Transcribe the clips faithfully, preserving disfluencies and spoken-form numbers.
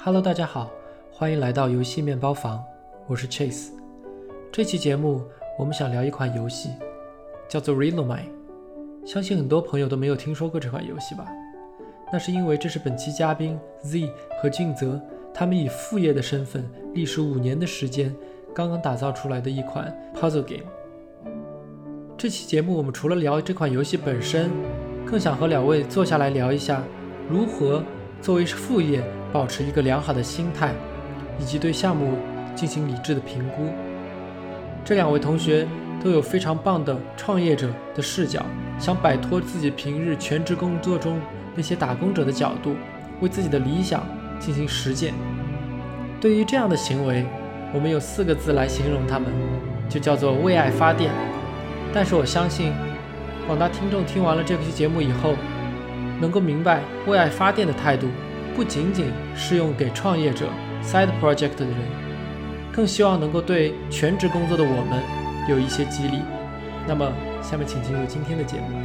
Hello， 大家好，欢迎来到游戏面包房，我是 Chase。这期节目我们想聊一款游戏，叫做 Riddlemine。相信很多朋友都没有听说过这款游戏吧？那是因为这是本期嘉宾 Z 和俊泽他们以副业的身份，历时五年的时间，刚刚打造出来的一款 puzzle game。这期节目我们除了聊这款游戏本身，更想和两位坐下来聊一下如何作为副业保持一个良好的心态，以及对项目进行理智的评估。这两位同学都有非常棒的创业者的视角，想摆脱自己平日全职工作中那些打工者的角度，为自己的理想进行实践。对于这样的行为，我们有四个字来形容他们，就叫做为爱发电。但是我相信广大听众听完了这期节目以后，能够明白为爱发电的态度不仅仅适用给创业者 side project 的人，更希望能够对全职工作的我们有一些激励。那么下面请进入今天的节目。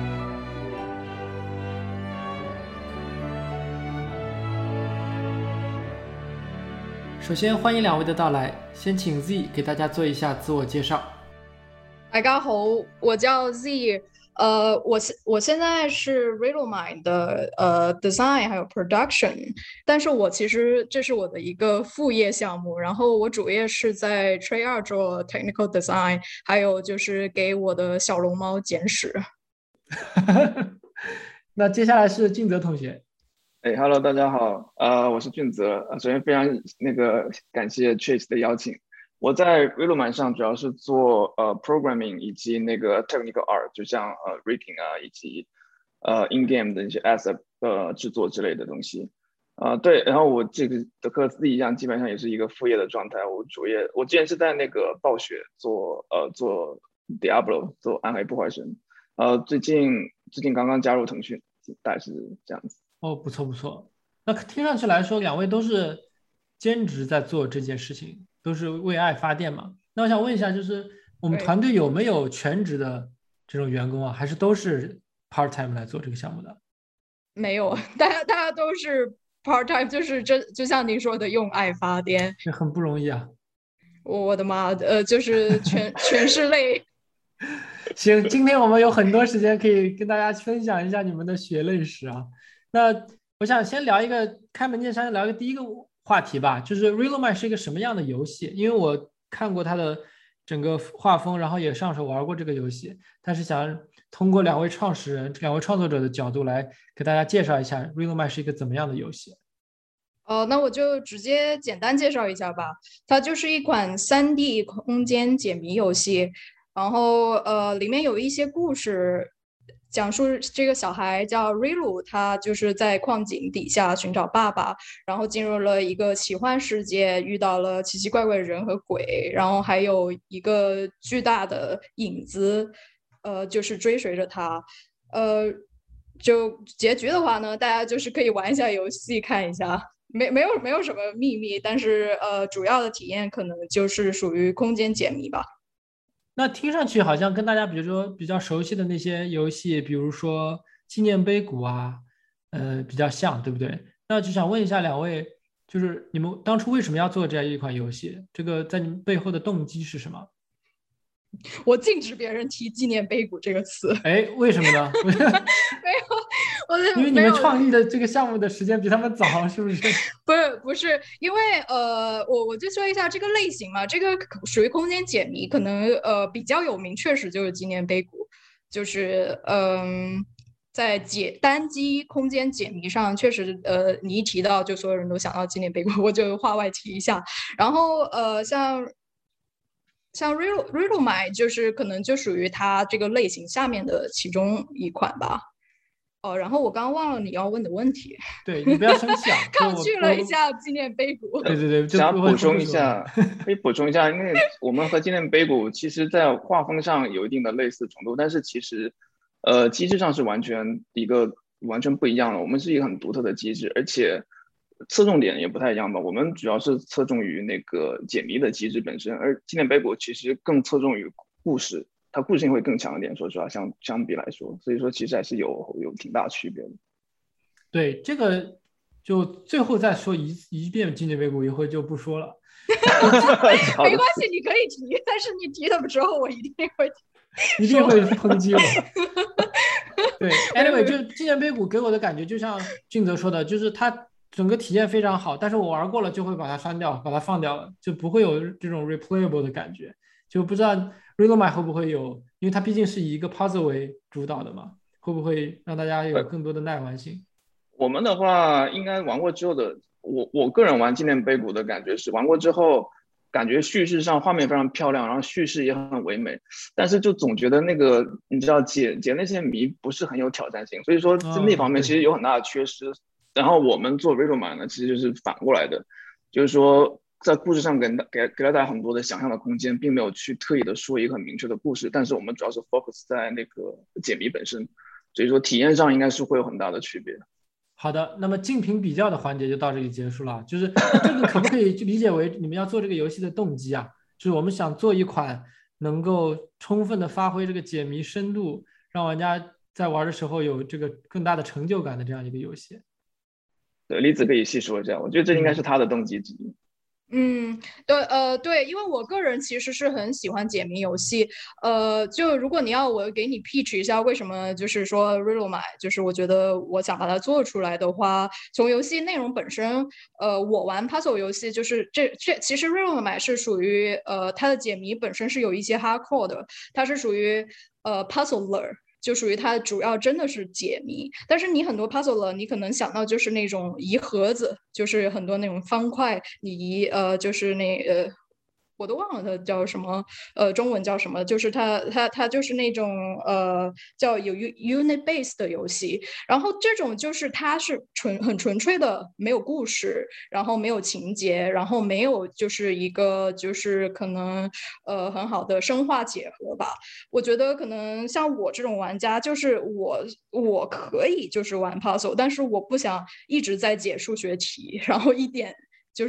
首先欢迎两位的到来，先请 Z 给大家做一下自我介绍。 大家好，我叫 Z， 呃，我我现在是 Riddlemine 的呃 design 还有 production， 但是我其实这是我的一个副业项目，然后我主业是在 Trade 做 technical design， 还有就是给我的小龙猫捡屎。 那接下来是俊泽同学。 哎 ，Hello， 大家好，呃，我是俊泽。呃，首先非常那个感谢 Chase 的邀请。我在 Riddlemine 上主要是做呃 programming 以及那个 technical art， 就像呃 rigging 啊，以及呃 in game 的一些 asset 呃制作之类的东西。啊、呃，对，然后我这个的和自己一样，基本上也是一个副业的状态。我主业，我之前是在那个暴雪做呃做 Diablo 做暗黑破坏神，呃，最近最近刚刚加入腾讯，大概是这样子。 哦，不错不错。那听上去来说，两位都是兼职在做这件事情，都是为爱发电嘛。那我想问一下，就是我们团队有没有全职的这种员工啊，还是都是 part time 来做这个项目的？ 没有，大家大家都是 part time， 就是这就像您说的用爱发电， 这很不容易啊。 我的妈，呃，就是全全是泪。 行，今天我们有很多时间可以跟大家分享一下你们的血泪史啊。那我想先聊一个开门见山，聊一个第一个话题吧，就是 Riddlemine 是一个什么样的游戏？因为我看过它的整个画风，然后也上手玩过这个游戏，但是想通过两位创始人、两位创作者的角度来给大家介绍一下 Riddlemine 是一个怎么样的游戏。 哦，那我就直接简单介绍一下吧。它就是一款 三 D 空间解谜游戏，然后呃，里面有一些故事，讲述这个小孩叫 Rilu， 他就是在矿井底下寻找爸爸，然后进入了一个奇幻世界，遇到了奇奇怪怪的人和鬼，然后还有一个巨大的影子，呃，就是追随着他。呃，就结局的话呢，大家就是可以玩一下游戏，看一下。没没有没有什么秘密，但是呃，主要的体验可能就是属于空间解谜吧。 那听上去好像跟大家比如说比较熟悉的那些游戏，比如说纪念碑谷啊，呃，比较像，对不对？那就想问一下两位，就是你们当初为什么要做这样一款游戏？这个在你们背后的动机是什么？ 我禁止别人提纪念碑谷这个词。 哎，为什么呢？ 没有，我因为你们创立的这个项目的时间比他们早，是不是？ 不是不是，因为呃，我我就说一下这个类型嘛，这个属于空间解谜，可能呃比较有名，确实就是纪念碑谷，就是嗯、呃，在解单机空间解谜上，确实呃，你一提到就所有人都想到纪念碑谷，我就话外提一下。然后呃，像。像 Riddlemine 就是可能就属于它这个类型下面的其中一款吧。哦，然后我刚刚忘了你要问的问题。 对，你不要生气啊！ 抗拒了一下纪念碑谷。 对对对， 想要补充一下，可以补充一下，因为我们和纪念碑谷其实在画风上有一定的类似程度，但是其实呃机制上是完全一个完全不一样的。我们是一个很独特的机制，而且侧重点也不太一样吧。我们主要是侧重于那个解谜的机制本身，而纪念碑谷其实更侧重于故事，它故事性会更强一点。说实话，相相比来说，所以说其实还是有有挺大区别的。 对，这个就最后再说一一遍纪念碑谷，以后就不说了。 没关系，你可以提，但是你提的时候我一定会一定会抨击我。对 ，anyway， 就纪念碑谷给我的感觉，就像俊泽说的，就是它整个体验非常好，但是我玩过了就会把它删掉，把它放掉了，就不会有这种 replayable 的感觉。就不知道 Riddlemine 会不会有，因为它毕竟是以一个 puzzle 为主导的嘛，会不会让大家有更多的耐玩性？ 我们的话，应该玩过之后的，我我个人玩纪念碑谷的感觉是，玩过之后感觉叙事上画面非常漂亮，然后叙事也很唯美，但是就总觉得那个你知道解解那些谜不是很有挑战性，所以说在那方面其实有很大的缺失。哦、然后我们做 Riddlemine 呢，其实就是反过来的，就是说在故事上给给给了大家很多的想象的空间，并没有去特意的说一个很明确的故事，但是我们主要是 focus 在那个解谜本身，所以说体验上应该是会有很大的区别。 好的，那么竞品比较的环节就到这里结束了。就是那这个可不可以就理解为你们要做这个游戏的动机啊？就是我们想做一款能够充分的发挥这个解谜深度，让玩家在玩的时候有这个更大的成就感的这样一个游戏。 对，栗子可以细说一下，我觉得这应该是他的动机之一。 嗯，对，呃，对，因为我个人其实是很喜欢解谜游戏，呃，就如果你要我给你 pitch 一下为什么就是说 Riddlemine，就是我觉得我想把它做出来的话，从游戏内容本身，呃，我玩 puzzle 游戏就是这这其实 Riddlemine 是属于呃它的解谜本身是有一些 hardcore 的，它是属于呃 puzzler。就属于它主要真的是解谜，但是你很多 puzzle 你可能想到就是那种移盒子，就是很多那种方块，你移呃就是那呃。我都忘了它叫什么，呃，中文叫什么？就是它，它，它就是那种呃，叫有 unit base 的游戏。然后这种就是它是纯很纯粹的，没有故事，然后没有情节，然后没有就是一个就是可能呃很好的深化结合吧。我觉得可能像我这种玩家，就是我我可以就是玩 puzzle，但是我不想一直在解数学题，然后一点就是。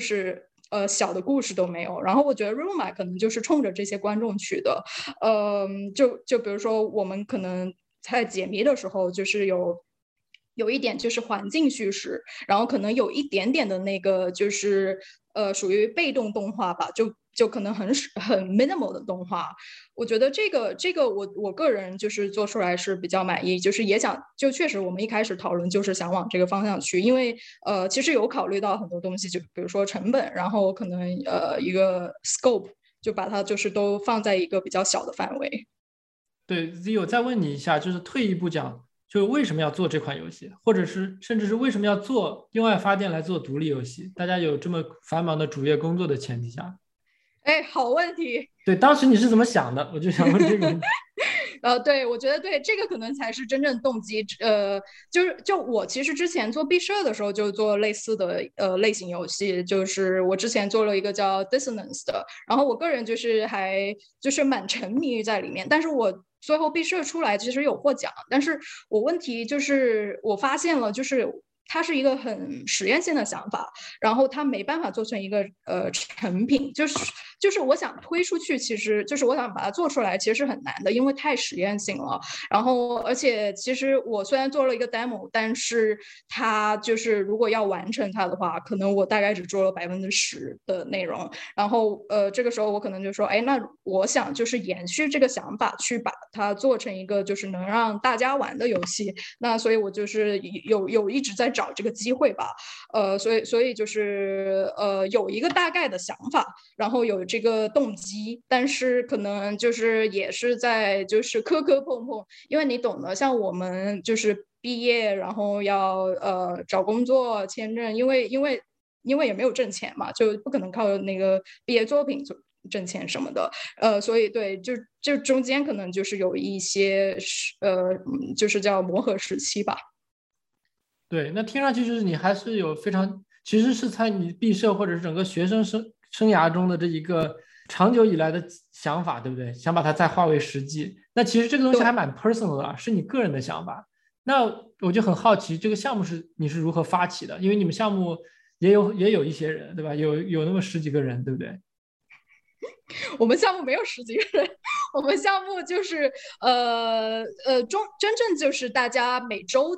呃，小的故事都没有，然后我觉得 Riddlemine 可能就是冲着这些观众去的，呃，就就比如说我们可能在解谜的时候，就是有有一点就是环境叙事，然后可能有一点点的那个就是呃属于被动动画吧，就就可能很很 minimal 的动画，我觉得这个这个我我个人就是做出来是比较满意，就是也想就确实我们一开始讨论就是想往这个方向去，因为呃其实有考虑到很多东西，就比如说成本，然后可能呃一个 scope 就把它就是都放在一个比较小的范围。 对 ，Zio 再问你一下，就是退一步讲，就为什么要做这款游戏，或者是甚至是为什么要做用爱发电来做独立游戏？大家有这么繁忙的主业工作的前提下。 哎，好问题。 对，当时你是怎么想的？我就想问这个问题。 呃，对，我觉得对这个可能才是真正动机。呃，就是就我其实之前做毕设的时候就做类似的呃类型游戏，就是我之前做了一个叫 Dissonance 的，然后我个人就是还就是蛮沉迷于在里面，但是我最后毕设出来其实有获奖，但是我问题就是我发现了就是。它是一个很实验性的想法，然后它没办法做成一个呃成品，就是就是我想推出去，其实就是我想把它做出来，其实是很难的，因为太实验性了。然后而且其实我虽然做了一个 demo， 但是它就是如果要完成它的话，可能我大概只做了百分之十的内容。然后呃这个时候我可能就说，哎，那我想就是延续这个想法，去把它做成一个就是能让大家玩的游戏。那所以我就是有有一直在找。找这个机会吧，呃，所以所以就是呃有一个大概的想法，然后有这个动机，但是可能就是也是在就是磕磕碰碰，因为你懂得，像我们就是毕业，然后要呃找工作签证，因为因为因为也没有挣钱嘛，就不可能靠那个毕业作品挣钱什么的，呃，所以对，就就中间可能就是有一些呃，就是叫磨合时期吧。 对，那听上去就是你还是有非常，其实是在你毕设或者是整个学生生生涯中的这一个长久以来的想法，对不对？想把它再化为实际。那其实这个东西还蛮 personal 的，是你个人的想法。那我就很好奇，这个项目是你是如何发起的？因为你们项目也有也有一些人，对吧？有有那么十几个人，对不对？ 我们项目没有十几个人，我们项目就是呃呃中真正就是大家每周在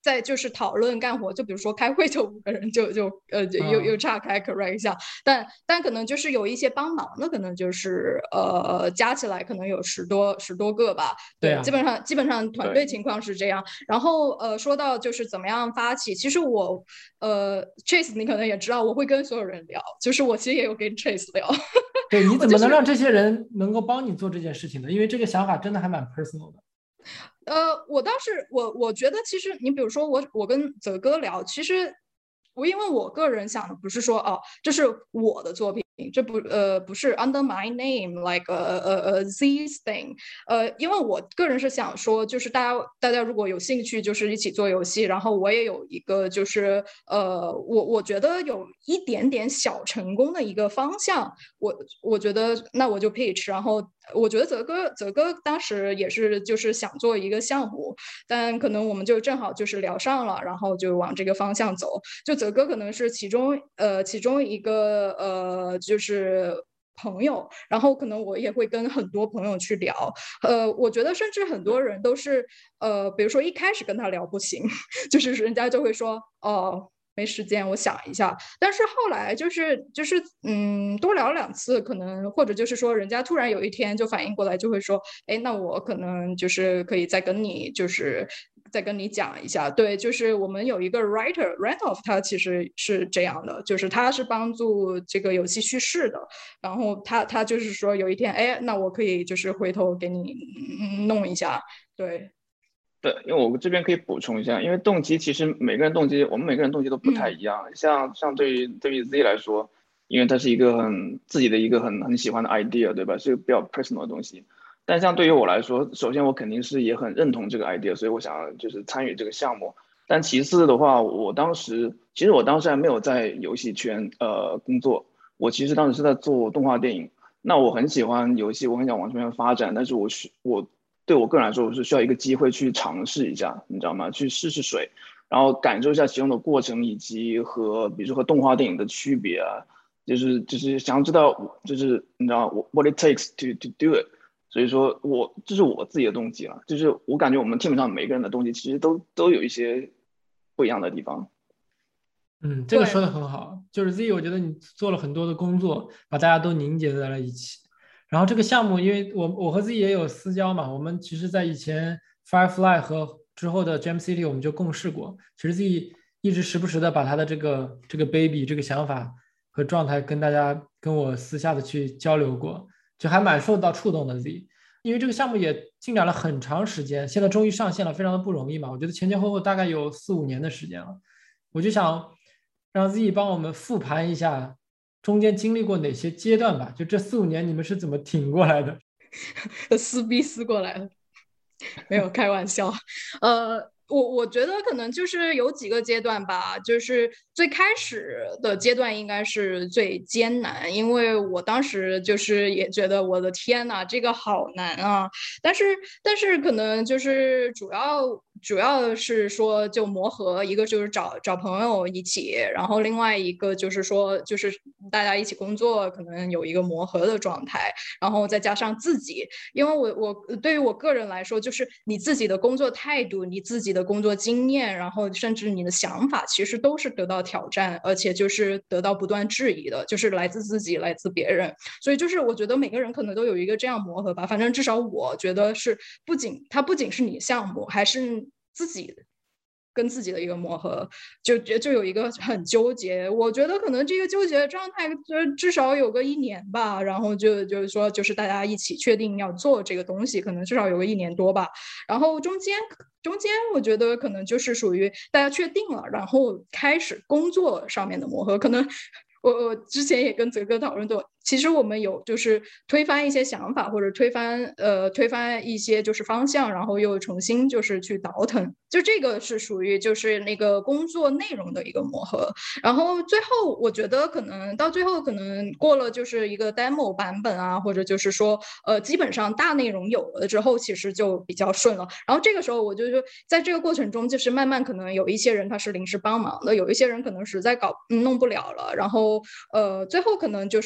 在就是讨论干活，就比如说开会就五个人就就呃又又岔开 correct 一下，但但可能就是有一些帮忙的，可能就是呃加起来可能有十多十多个吧。对， 对啊， 基本上基本上团队情况是这样。然后呃说到就是怎么样发起，其实我呃 Chase 你可能也知道，我会跟所有人聊，就是我其实也有跟 Chase 聊。 对，你怎么能让这些人能够帮你做这件事情呢？因为这个想法真的还蛮 personal 的。 呃，我当时我我觉得其实你比如说我我跟泽哥聊，其实我因为我个人想的不是说哦，这是我的作品，这不呃不是 under my name like a a a Z thing， 呃，因为我个人是想说，就是大家大家如果有兴趣，就是一起做游戏，然后我也有一个就是呃我我觉得有一点点小成功的一个方向，我我觉得那我就 pitch， 然后我觉得泽哥泽哥当时也是就是想做一个项目，但可能我们就正好就是聊上了，然后就往这个方向走。就泽哥可能是其中呃其中一个呃就是朋友，然后可能我也会跟很多朋友去聊，呃，我觉得甚至很多人都是呃，比如说一开始跟他聊不行，就是人家就会说哦。没时间，我想一下。但是后来就是就是嗯，多聊两次，可能或者就是说，人家突然有一天就反应过来，就会说，哎，那我可能就是可以再跟你就是再跟你讲一下。对，就是我们有一个 writer Randolph， 他其实是这样的，就是他是帮助这个游戏叙事的，然后他他就是说有一天，哎，那我可以就是回头给你弄一下，对。 对，因为我这边可以补充一下，因为动机其实每个人动机，我们每个人动机都不太一样。嗯、像像对于对于 Z 来说，因为它是一个很自己的一个很很喜欢的 idea， 对吧？是一个比较 personal 的东西。但像对于我来说，首先我肯定是也很认同这个 idea， 所以我想就是参与这个项目。但其次的话，我当时其实我当时还没有在游戏圈呃工作，我其实当时是在做动画电影。那我很喜欢游戏，我很想往这边发展，但是我是我。对我个人来说，我是需要一个机会去尝试一下，你知道吗？去试试水，然后感受一下其中的过程，以及和比如说和动画电影的区别啊，就是就是想要知道，就是你知道 what it takes to to do it。所以说我这是我自己的动机了，就是我感觉我们 team 上每个人的动机其实都都有一些不一样的地方。 嗯，这个说的很好，就是 Z， 我觉得你做了很多的工作，把大家都凝结在了一起。然后这个项目，因为我我和 Z 也有私交嘛，我们其实在以前 Firefly 和之后的 Gem City 我们就共事过。其实 Z 一直时不时的把他的这个这个 baby 这个想法和状态跟大家跟我私下的去交流过，就还蛮受到触动的 Z。因为这个项目也进展了很长时间，现在终于上线了，非常的不容易嘛。我觉得前前后后大概有四五年的时间了，我就想让 Z 帮我们复盘一下。中间经历过哪些阶段吧？就这四五年，你们是怎么挺过来的？ 撕逼撕过来了，没有开玩笑。呃，我我觉得可能就是有几个阶段吧，就是最开始的阶段应该是最艰难，因为我当时就是也觉得我的天呐，这个好难啊！但是但是可能就是主要。主要是说就磨合，一个就是找找朋友一起，然后另外一个就是说就是大家一起工作，可能有一个磨合的状态，然后再加上自己，因为我我对于我个人来说，就是你自己的工作态度、你自己的工作经验，然后甚至你的想法，其实都是得到挑战，而且就是得到不断质疑的，就是来自自己，来自别人，所以就是我觉得每个人可能都有一个这样磨合吧，反正至少我觉得是不仅它不仅是你项目，还是自己跟自己的一个磨合，就就有一个很纠结。我觉得可能这个纠结的状态就至少有个一年吧，然后就就是说，就是大家一起确定要做这个东西，可能至少有个一年多吧。然后中间中间，我觉得可能就是属于大家确定了，然后开始工作上面的磨合，可能。我我之前也跟泽哥讨论过，其实我们有就是推翻一些想法，或者推翻呃推翻一些就是方向，然后又重新就是去倒腾，就这个是属于就是那个工作内容的一个磨合。然后最后我觉得可能到最后可能过了就是一个 demo 版本啊，或者就是说呃基本上大内容有了之后，其实就比较顺了。然后这个时候我就说，在这个过程中，就是慢慢可能有一些人他是临时帮忙的，有一些人可能实在搞、嗯、弄不了了，然后。呃，最后可能就是有几个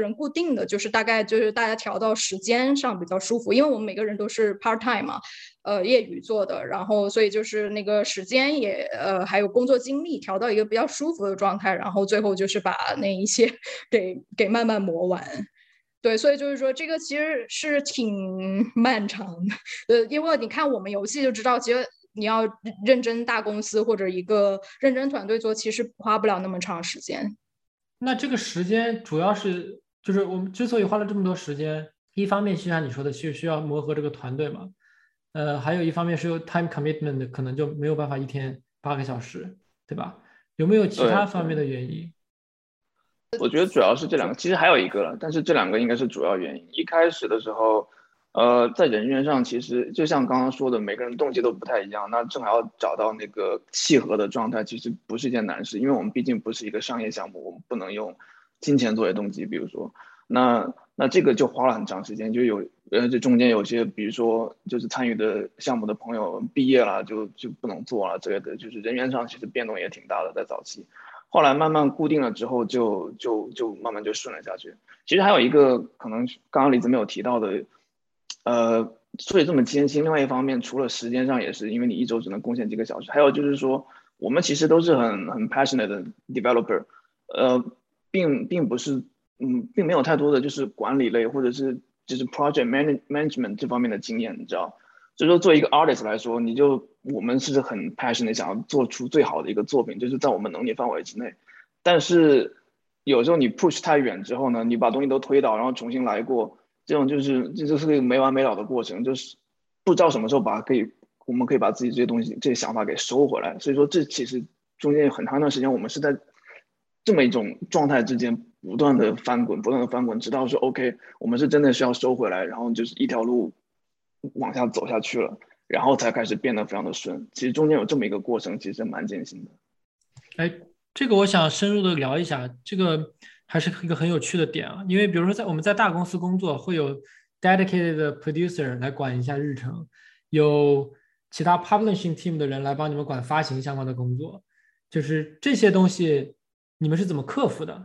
人固定的，就是大概就是大家调到时间上比较舒服，因为我们每个人都是 part time 嘛，呃，业余做的，然后所以就是那个时间也呃还有工作精力调到一个比较舒服的状态，然后最后就是把那一些给给慢慢磨完。对，所以就是说这个其实是挺漫长的，呃，因为你看我们游戏就知道，其实你要认真大公司或者一个认真团队做，其实花不了那么长时间。 那这个时间主要是就是我们之所以花了这么多时间，一方面就像你说的，其实需要磨合这个团队嘛，呃，还有一方面是有 time commitment 的，可能就没有办法一天八个小时，对吧？有没有其他对方面的对， 原因？ 我觉得主要是这两个，其实还有一个了，但是这两个应该是主要原因。一开始的时候，呃，在人员上，其实就像刚刚说的，每个人动机都不太一样，那正好要找到那个契合的状态，其实不是一件难事，因为我们毕竟不是一个商业项目，我们不能用金钱作为动机。比如说，那那这个就花了很长时间，就有呃，这中间有些，比如说就是参与的项目的朋友毕业了，就就不能做了之类的，就是人员上其实变动也挺大的，在早期。后来慢慢固定了之后就，就就慢慢就顺了下去。其实还有一个可能刚刚李子没有提到的，呃，所以这么艰辛。另外一方面，除了时间上也是，因为你一周只能贡献几个小时，还有就是说，我们其实都是很很 passionate 的 developer，呃，并并不是，嗯，并没有太多的就是管理类或者是就是 project manage management 这方面的经验，你知道。所以说，作为一个 artist 来说，你就我们是很 passionate 想要做出最好的一个作品，就是在我们能力范围之内。但是有时候你 push 太远之后呢，你把东西都推倒，然后重新来过，这种就是这就是个没完没了的过程，就是不知道什么时候把可以我们可以把自己这些东西这些想法给收回来。所以说，这其实中间有很长一段时间，我们是在这么一种状态之间不断的翻滚，不断的翻滚，直到说 OK，我们是真的需要收回来，然后就是一条路往下走下去了，然后才开始变得非常的顺。其实中间有这么一个过程，其实蛮艰辛的。 哎，这个我想深入的聊一下，这个还是一个很有趣的点啊。因为比如说在我们在大公司工作，会有 dedicated 的 producer 来管一下日程，有其他 publishing team 的人来帮你们管发行相关的工作，就是这些东西你们是怎么克服的？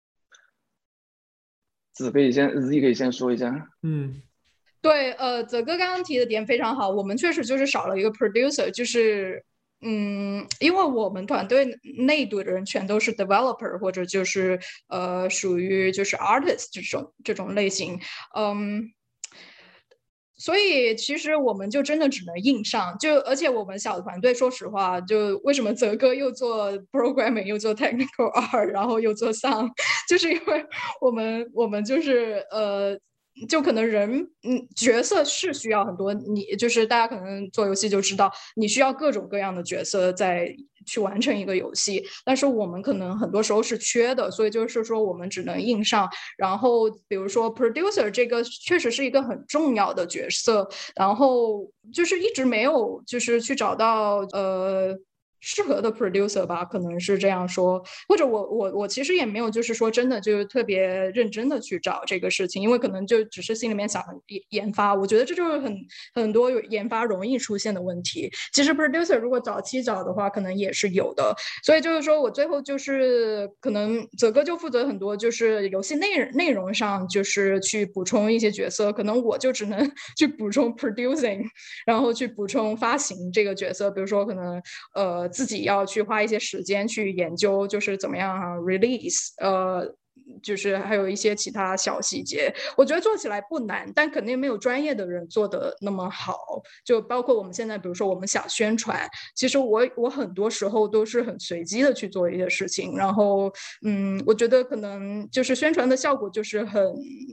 子可以先，Z 可以先说一下。 嗯。 对，呃，泽哥刚刚提的点非常好，我们确实就是少了一个 producer，就是，嗯，因为我们团队内部的人全都是 developer 或者就是呃属于就是 artist 这种这种类型，嗯。所以其实我们就真的只能硬上，就而且我们小团队，说实话，就为什么泽哥又做 programming 又做 technical art，然后又做 sound，就是因为我们我们就是呃。就可能人，嗯，角色是需要很多，你就是大家可能做游戏就知道，你需要各种各样的角色在去完成一个游戏，但是我们可能很多时候是缺的，所以就是说我们只能硬上。然后比如说 producer 这个确实是一个很重要的角色，然后就是一直没有就是去找到呃。适合的 producer 吧，可能是这样说，或者我我我其实也没有，就是说真的就是特别认真的去找这个事情，因为可能就只是心里面想研发，我觉得这就是很很多研发容易出现的问题。其实 producer 如果早期找的话，可能也是有的，所以就是说我最后就是可能泽哥就负责很多，就是游戏内内容上就是去补充一些角色，可能我就只能去补充 producing， 然后去补充发行这个角色，比如说可能呃。自己要去花一些时间去研究，就是怎么样 release， 呃，就是还有一些其他小细节，我觉得做起来不难，但肯定没有专业的人做的那么好。就包括我们现在，比如说我们想宣传，其实我我很多时候都是很随机的去做一些事情，然后嗯，我觉得可能就是宣传的效果就是很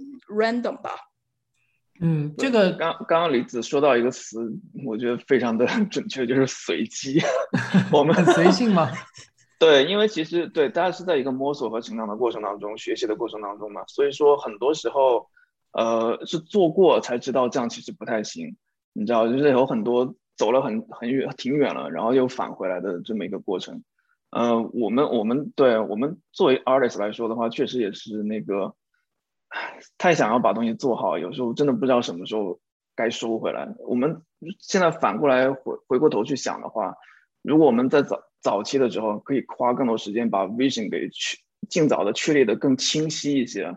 random 吧。 嗯，这个刚刚刚李子说到一个词，我觉得非常的准确，就是随机。我们很随性吗？ 对，因为其实对大家是在一个摸索和成长的过程当中，学习的过程当中嘛，所以说很多时候，呃，是做过才知道这样其实不太行，你知道，就是有很多走了很很远挺远了，然后又返回来的这么一个过程。呃，我们我们对我们作为 artist 来说的话，确实也是那个。太想要把东西做好，有时候真的不知道什么时候该收回来。我们现在反过来回回过头去想的话，如果我们在早早期的时候可以花更多时间把 vision 给去尽早的确立的更清晰一些，其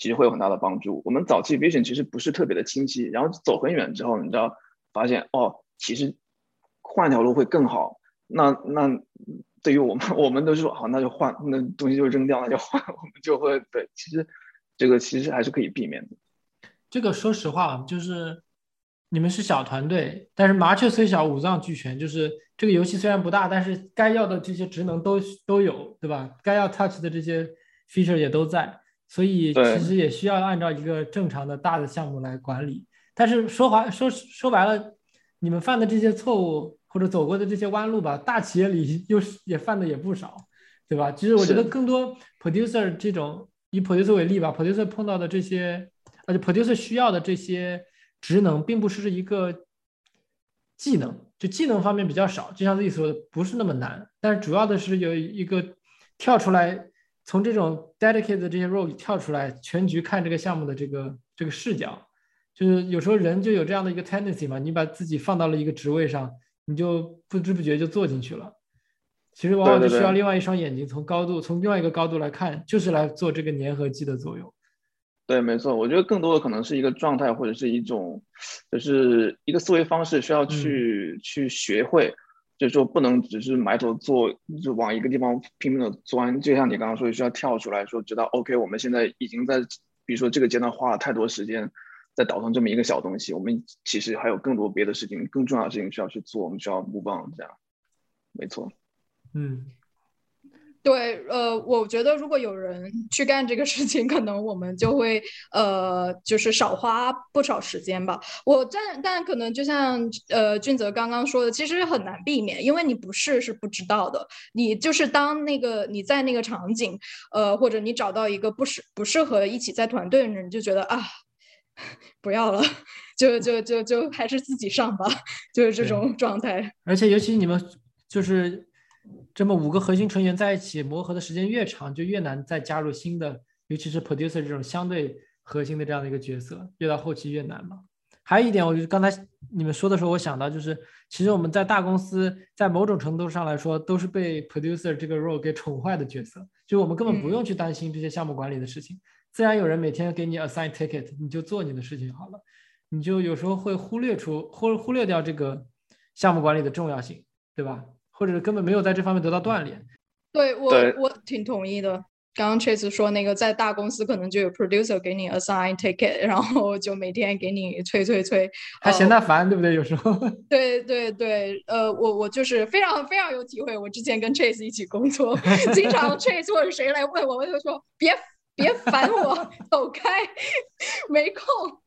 其实会有很大的帮助。我们早期 vision 其实不是特别的清晰，然后走很远之后，你知道发现哦，其实换一条路会更好。那那对于我们，我们都是说好，那就换，那东西就扔掉，那就换，我们就会对，其实这个其实还是可以避免的。 这个说实话，就是你们是小团队，但是麻雀虽小，五脏俱全。就是这个游戏虽然不大，但是该要的这些职能都都有，对吧？该要 touch 的这些 feature 也都在，所以其实也需要按照一个正常的大的项目来管理。但是说白说说白了，你们犯的这些错误或者走过的这些弯路吧，大企业里又是也犯的也不少，对吧？其实我觉得更多 producer 这种以 producer 为例吧 ，producer 碰到的这些。而且 producer 需要的这些职能并不是一个技能，就技能方面比较少，就像自己说的不是那么难，但是主要的是有一个跳出来，从这种 dedicated 的这些 role 跳出来，全局看这个项目的这个这个视角。就是有时候人就有这样的一个 tendency 嘛，你把自己放到了一个职位上，你就不知不觉就做进去了。其实往往就需要另外一双眼睛，从高度从另外一个高度来看，就是来做这个粘合剂的作用。 对，没错，我觉得更多的可能是一个状态，或者是一种，就是一个思维方式，需要去、嗯、去学会，就是说不能只是埋头做，就往一个地方拼命的钻。就像你刚刚说，需要跳出来说，知道 OK， 我们现在已经在，比如说这个阶段花了太多时间在倒腾这么一个小东西，我们其实还有更多别的事情，更重要的事情需要去做，我们需要move on，这样，没错， 嗯。 对，呃，我觉得如果有人去干这个事情，可能我们就会呃，就是少花不少时间吧。我但但可能就像呃俊泽刚刚说的，其实很难避免，因为你不试是不知道的。你就是当那个你在那个场景，呃，或者你找到一个不适不适合一起在团队的人，你就觉得啊，不要了，就就就就还是自己上吧，就是这种状态。 而且尤其你们就是这么五个核心成员在一起磨合的时间越长，就越难再加入新的，尤其是 producer 这种相对核心的这样的一个角色，越到后期越难嘛。还有一点，我就刚才你们说的时候，我想到就是，其实我们在大公司，在某种程度上来说，都是被 producer 这个 role 给宠坏的角色，就我们根本不用去担心这些项目管理的事情，嗯、自然有人每天给你 assign ticket， 你就做你的事情好了，你就有时候会忽略出或忽略掉这个项目管理的重要性，对吧？或者根本没有在这方面得到锻炼。 对，我我挺同意的。刚刚 Chase 说那个在大公司可能就有 producer 给你 assign ticket， 然后就每天给你催催催， 还嫌他烦、呃、对不对？有时候对对对，呃，我我就是非常非常有体会。我之前跟 Chase 一起工作，经常 Chase 或者谁来问我，我就说别别烦我，走开，没空。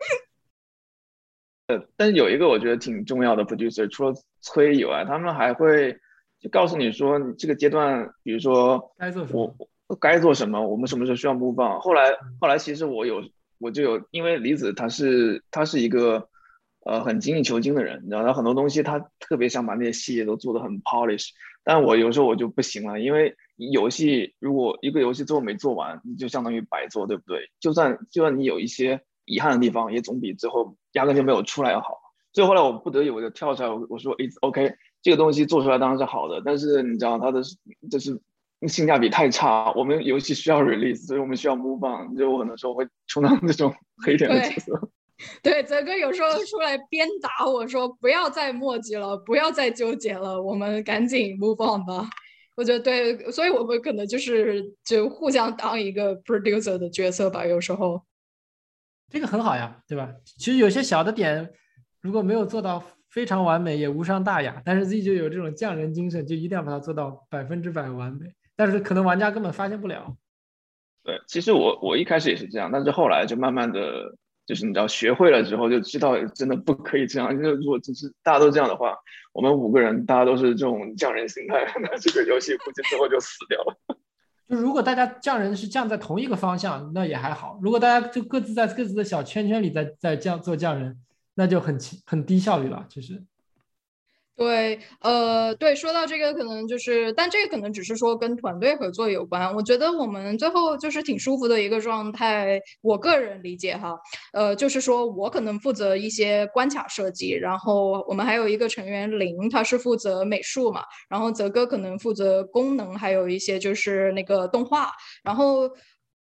呃，但是有一个我觉得挺重要的 producer， 除了催以外，他们还会就告诉你说，你这个阶段，比如说该做什么， 我该做什么，我们什么时候需要 move on。后来后来其实我有我就有，因为李子他是他是一个呃很精益求精的人，你知道，他很多东西他特别想把那些细节都做得很 polish， 但我有时候我就不行了，因为游戏如果一个游戏最后没做完，你就相当于白做，对不对？就算就算你有一些遗憾的地方，也总比最后压根就没有出来要好。所以后来我不得已我就跳出来，我说 it's OK， 这个东西做出来当然是好的，但是你知道它的就是性价比太差，我们游戏需要 release， 所以我们需要 move on， 就我很多时候会充当这种黑点的角色。 对，泽哥有时候出来鞭打我说不要再墨迹了，不要再纠结了，我们赶紧 move on 吧。我觉得对，所以我们可能就是就互相当一个 producer 的角色吧，有时候。 这个很好呀，对吧？其实有些小的点如果没有做到非常完美也无伤大雅，但是 Z 就有这种匠人精神，就一定要把它做到百分之百完美，但是可能玩家根本发现不了。 对，其实我我一开始也是这样，但是后来就慢慢的就是你知道学会了之后就知道真的不可以这样，因为如果只是大家都这样的话，我们五个人大家都是这种匠人心态，那这个游戏估计最后就死掉了。 就如果大家匠人是匠在同一个方向，那也还好；如果大家就各自在各自的小圈圈里在在匠做匠人，那就很很低效率了。其实， 对，呃，对，说到这个，可能就是，但这个可能只是说跟团队合作有关。我觉得我们最后就是挺舒服的一个状态，我个人理解哈，呃，就是说我可能负责一些关卡设计，然后我们还有一个成员林，他是负责美术嘛，然后泽哥可能负责功能，还有一些就是那个动画，然后。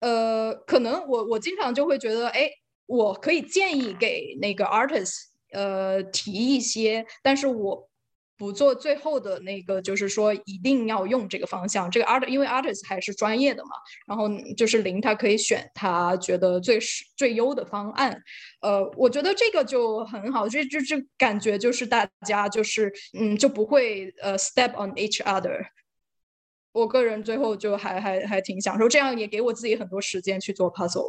呃，可能我我经常就会觉得，哎，我可以建议给那个 artist，呃，提一些，但是我不做最后的那个，就是说一定要用这个方向。这个 art， 因为 artist 还是专业的嘛，然后就是零他可以选他觉得最最优的方案。呃，我觉得这个就很好，这就就感觉就是大家就是嗯就不会呃 step on each other。我个人最后就还还还挺享受，这样也给我自己很多时间去做 puzzle。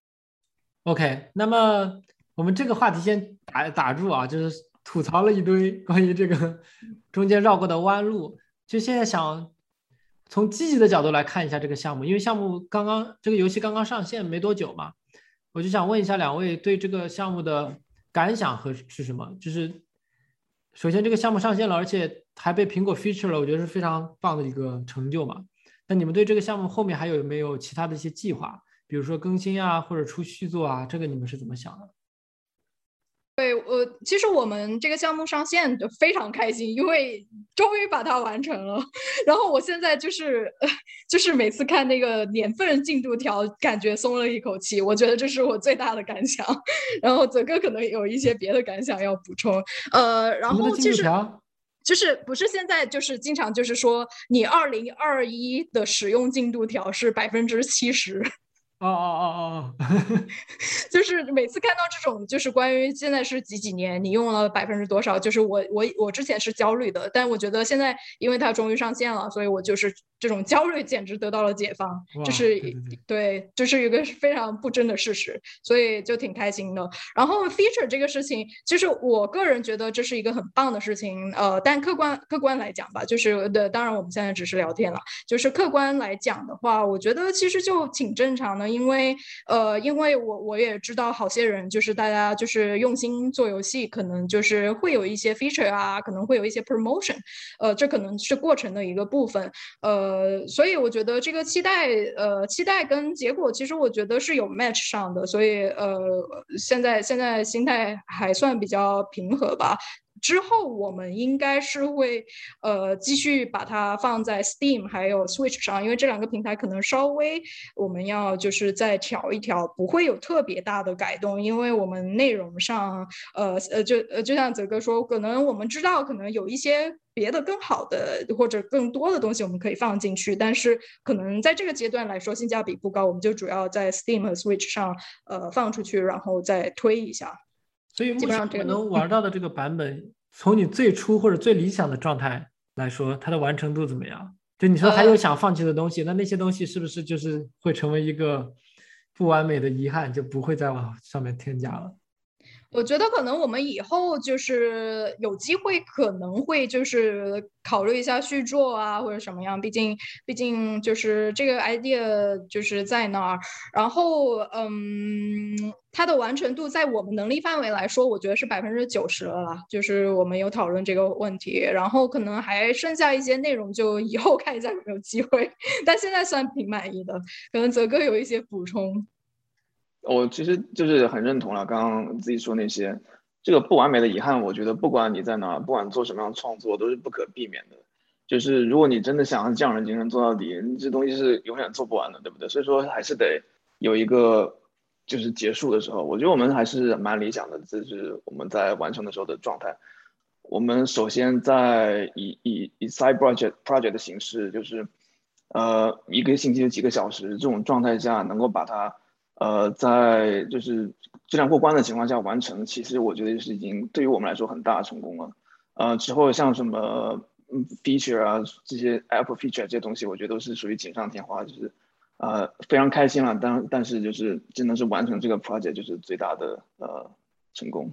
OK，那么我们这个话题先打打住啊，就是吐槽了一堆关于这个中间绕过的弯路，就现在想从积极的角度来看一下这个项目，因为项目刚刚这个游戏刚刚上线没多久嘛，我就想问一下两位对这个项目的感想和是什么？就是首先这个项目上线了，而且还被苹果 feature 了，我觉得是非常棒的一个成就嘛。那你们对这个项目后面还有没有其他的一些计划？比如说更新啊，或者出续作啊，这个你们是怎么想的？ 对，我其实我们这个项目上线就非常开心，因为终于把它完成了。然后我现在就是就是每次看那个年份进度条，感觉松了一口气。我觉得这是我最大的感想。然后泽哥可能有一些别的感想要补充。呃，然后其实就是不是现在就是经常就是说你二零二一的使用进度条是百分之七十。 哦哦哦哦， 就是每次看到这种，就是关于现在是几几年，你用了百分之多少，就是我我我之前是焦虑的，但我觉得现在因为它终于上线了，所以我就是这种焦虑简直得到了解放，这是对对对， 对，这是一个非常不争的事实，所以就挺开心的。然后 feature 这个事情，其实我个人觉得这是一个很棒的事情，呃，但客观客观来讲吧，就是的，当然我们现在只是聊天了，就是客观来讲的话，我觉得其实就挺正常的，因为呃，因为我我也知道好些人就是大家就是用心做游戏，可能就是会有一些 feature 啊，可能会有一些 promotion， 呃，这可能是过程的一个部分，呃，所以我觉得这个期待，呃，期待跟结果其实我觉得是有 match 上的，所以呃，现在现在心态还算比较平和吧。之后我们应该是会呃继续把它放在 Steam 还有 Switch 上，因为这两个平台可能稍微我们要就是再调一调，不会有特别大的改动，因为我们内容上呃呃就呃就像泽哥说，可能我们知道可能有一些别的更好的或者更多的东西我们可以放进去，但是可能在这个阶段来说性价比不高，我们就主要在 Steam 和 Switch 上呃放出去，然后再推一下。 所以目前我们能玩到的这个版本，从你最初或者最理想的状态来说，它的完成度怎么样？就你说还有想放弃的东西，呃、那那些东西是不是就是会成为一个不完美的遗憾，就不会再往上面添加了？ 我觉得可能我们以后就是有机会，可能会就是考虑一下续作啊，或者什么样。毕竟，毕竟就是这个 idea 就是在那儿。然后，嗯，它的完成度在我们能力范围来说，我觉得是百分之九十了啦。就是我们有讨论这个问题，然后可能还剩下一些内容，就以后看一下有没有机会。但现在算挺满意的，可能泽哥有一些补充。 我其实就是很认同了刚刚自己说那些，这个不完美的遗憾，我觉得不管你在哪，不管做什么样的创作，都是不可避免的。就是如果你真的想让匠人精神做到底，你这东西是永远做不完的，对不对？所以说还是得有一个就是结束的时候。我觉得我们还是蛮理想的，这是我们在完成的时候的状态。我们首先在以以以 side project project 的形式，就是呃一个星期有几个小时这种状态下，能够把它。呃，在就是质量过关的情况下完成，其实我觉得是已经对于我们来说很大的成功了。呃，之后像什么 feature 啊这些 Apple feature 这些东西，我觉得都是属于锦上添花，就是呃非常开心了。但但是就是真的是完成这个 project 就是最大的呃成功。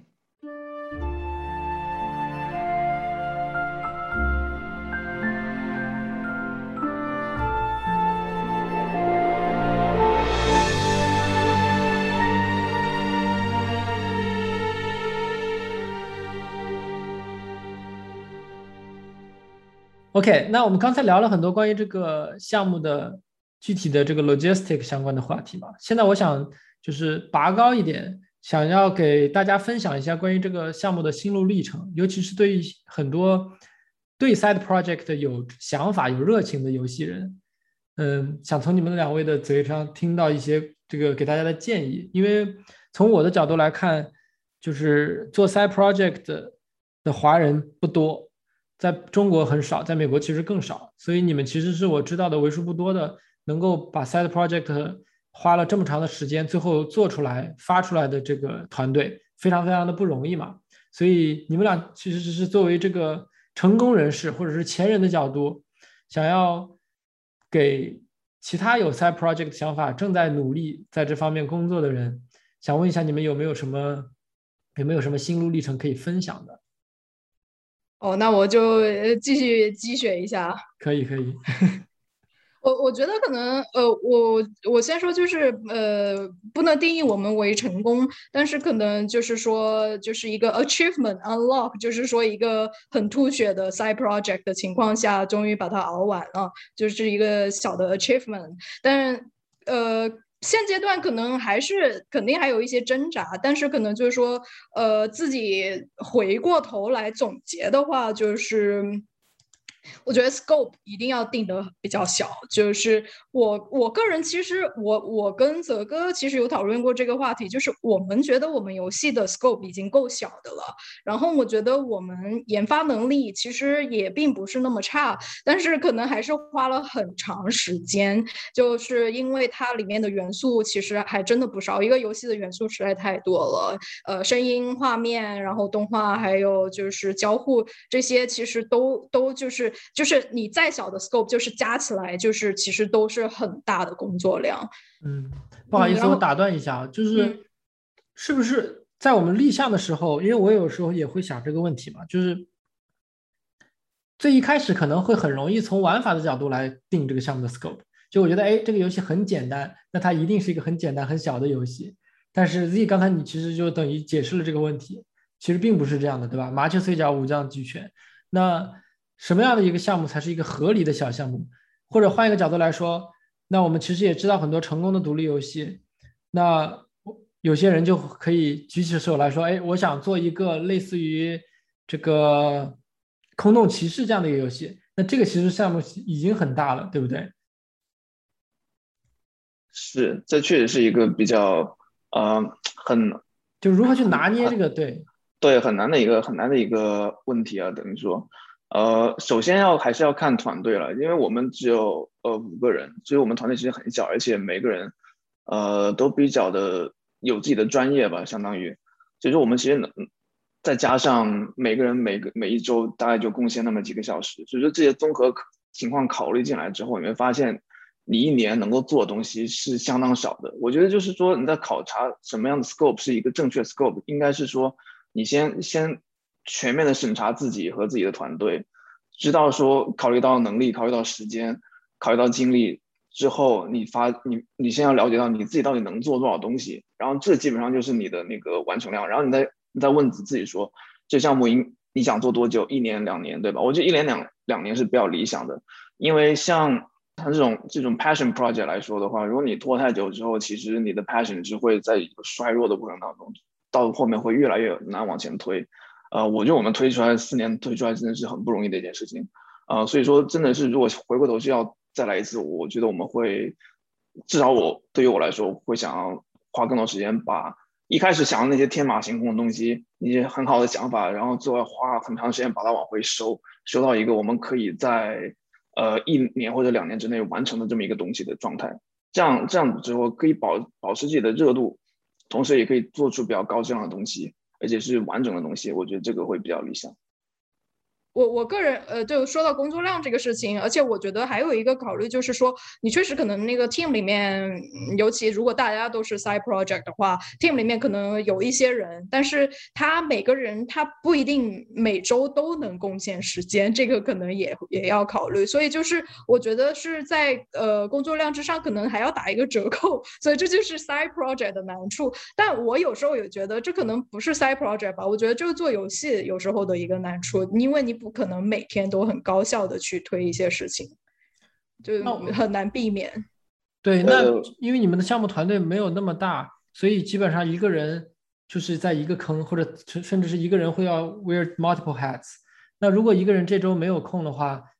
OK，那我们刚才聊了很多关于这个项目的具体的这个 logistic 相关的话题嘛。现在我想就是拔高一点，想要给大家分享一下关于这个项目的心路历程，尤其是对于很多对 side project 有想法、有热情的游戏人， 嗯，想从你们两位的嘴上听到一些这个给大家的建议，因为从我的角度来看，就是做 side project 的华人不多，在中国很少，在美国其实更少，所以你们其实是我知道的为数不多的能够把 side project 花了这么长的时间，最后做出来发出来的这个团队，非常非常的不容易嘛。所以你们俩其实是作为这个成功人士或者是前人的角度，想要给其他有 side project 想法、正在努力在这方面工作的人，想问一下你们有没有什么有没有什么心路历程可以分享的？ 哦，那我就呃继续积雪一下。 可以，可以。 我我觉得可能，呃，我我先说，就是呃，不能定义我们为成功，但是可能就是说，就是一个 achievement unlock，就是说一个很吐血的 side project 的情况下，终于把它熬完了，就是一个小的 achievement。但呃，现阶段可能还是肯定还有一些挣扎，但是可能就是说，呃，自己回过头来总结的话，就是。我觉得 scope 一定要定得比较小，就是我我个人其实我我跟泽哥其实有讨论过这个话题，就是我们觉得我们游戏的 scope 已经够小的了，然后我觉得我们研发能力其实也并不是那么差，但是可能还是花了很长时间，就是因为它里面的元素其实还真的不少，一个游戏的元素实在太多了，呃，声音、画面，然后动画，还有就是交互这些，其实都都就是就是你再小的 scope，就是加起来就是其实都是很大的工作量。 嗯，不好意思， 嗯，然后我打断一下，就嗯是是不是在我们立项的时候，因为我有时候也会想这个问题嘛，就是最一开始可能会很容易从玩法的角度来定这个项目的 scope，就我觉得，哎，这个游戏很简单，那它一定是一个很简单很小的游戏。但是 Z 刚才你其实就等于解释了这个问题，其实并不是这样的，对吧？麻雀虽小，五脏俱全。那什么样的一个项目才是一个合理的小项目？或者换一个角度来说，那我们其实也知道很多成功的独立游戏，那有些人就可以举起手来说，哎，我想做一个类似于这个空洞骑士这样的一个游戏，那这个其实项目已经很大了，对不对？ 是，这确实是一个比较呃很就如何去很很拿捏这个，对。 对很难的一个很难的一个问题啊，等于说，呃，首先要还是要看团队了，因为我们只有呃五个人，所以我们团队其实很小，而且每个人呃都比较的有自己的专业吧，相当于，所以说我们其实能再加上每个人每个每一周大概就贡献那么几个小时，所以说这些综合情况考虑进来之后，你会发现你一年能够做的东西是相当少的。我觉得就是说你在考察什么样的 scope 是一个正确 scope，应该是说你先先全面的审查自己和自己的团队，知道说考虑到能力，考虑到时间，考虑到精力之后，你发你你先要了解到你自己到底能做多少东西，然后这基本上就是你的那个完成量，然后你再你再问自己说，这项目应你想做多久？一年两年，对吧？我觉得一年两两年是比较理想的，因为像它这种这种 passion project 来说的话，如果你拖太久之后，其实你的 passion 只会在一个衰弱的过程当中，到后面会越来越难往前推。呃，我觉得我们推出来四年推出来真的是很不容易的一件事情。呃，所以说真的是如果回过头去要再来一次，我觉得我们会至少我对于我来说会想要花更多时间把一开始想的那些天马行空的东西，一些很好的想法，然后最后花很长时间把它往回收，收到一个我们可以在呃一年或者两年之内完成的这么一个东西的状态。这样这样子之后可以保保持自己的热度，同时也可以做出比较高质量的东西，而且是完整的东西。我觉得这个会比较理想。 我我个人呃，就说到工作量这个事情，而且我觉得还有一个考虑就是说，你确实可能那个 team 里面，尤其如果大家都是 side project 的话，team 里面可能有一些人，但是他每个人他不一定每周都能贡献时间，这个可能也也要考虑。所以就是我觉得是在呃工作量之上，可能还要打一个折扣，所以这就是 side project 的难处。但我有时候也觉得这可能不是 side project 吧，我觉得就是做游戏有时候的一个难处，因为你不可能每天都很高效的去推一些事情，就很难避免。 对，那呃， 因为你们的项目团队没有那么大，所以基本上一个人就是在一个坑，或者甚至是一个人会要 wear multiple hats。那如果一个人这周没有空的话，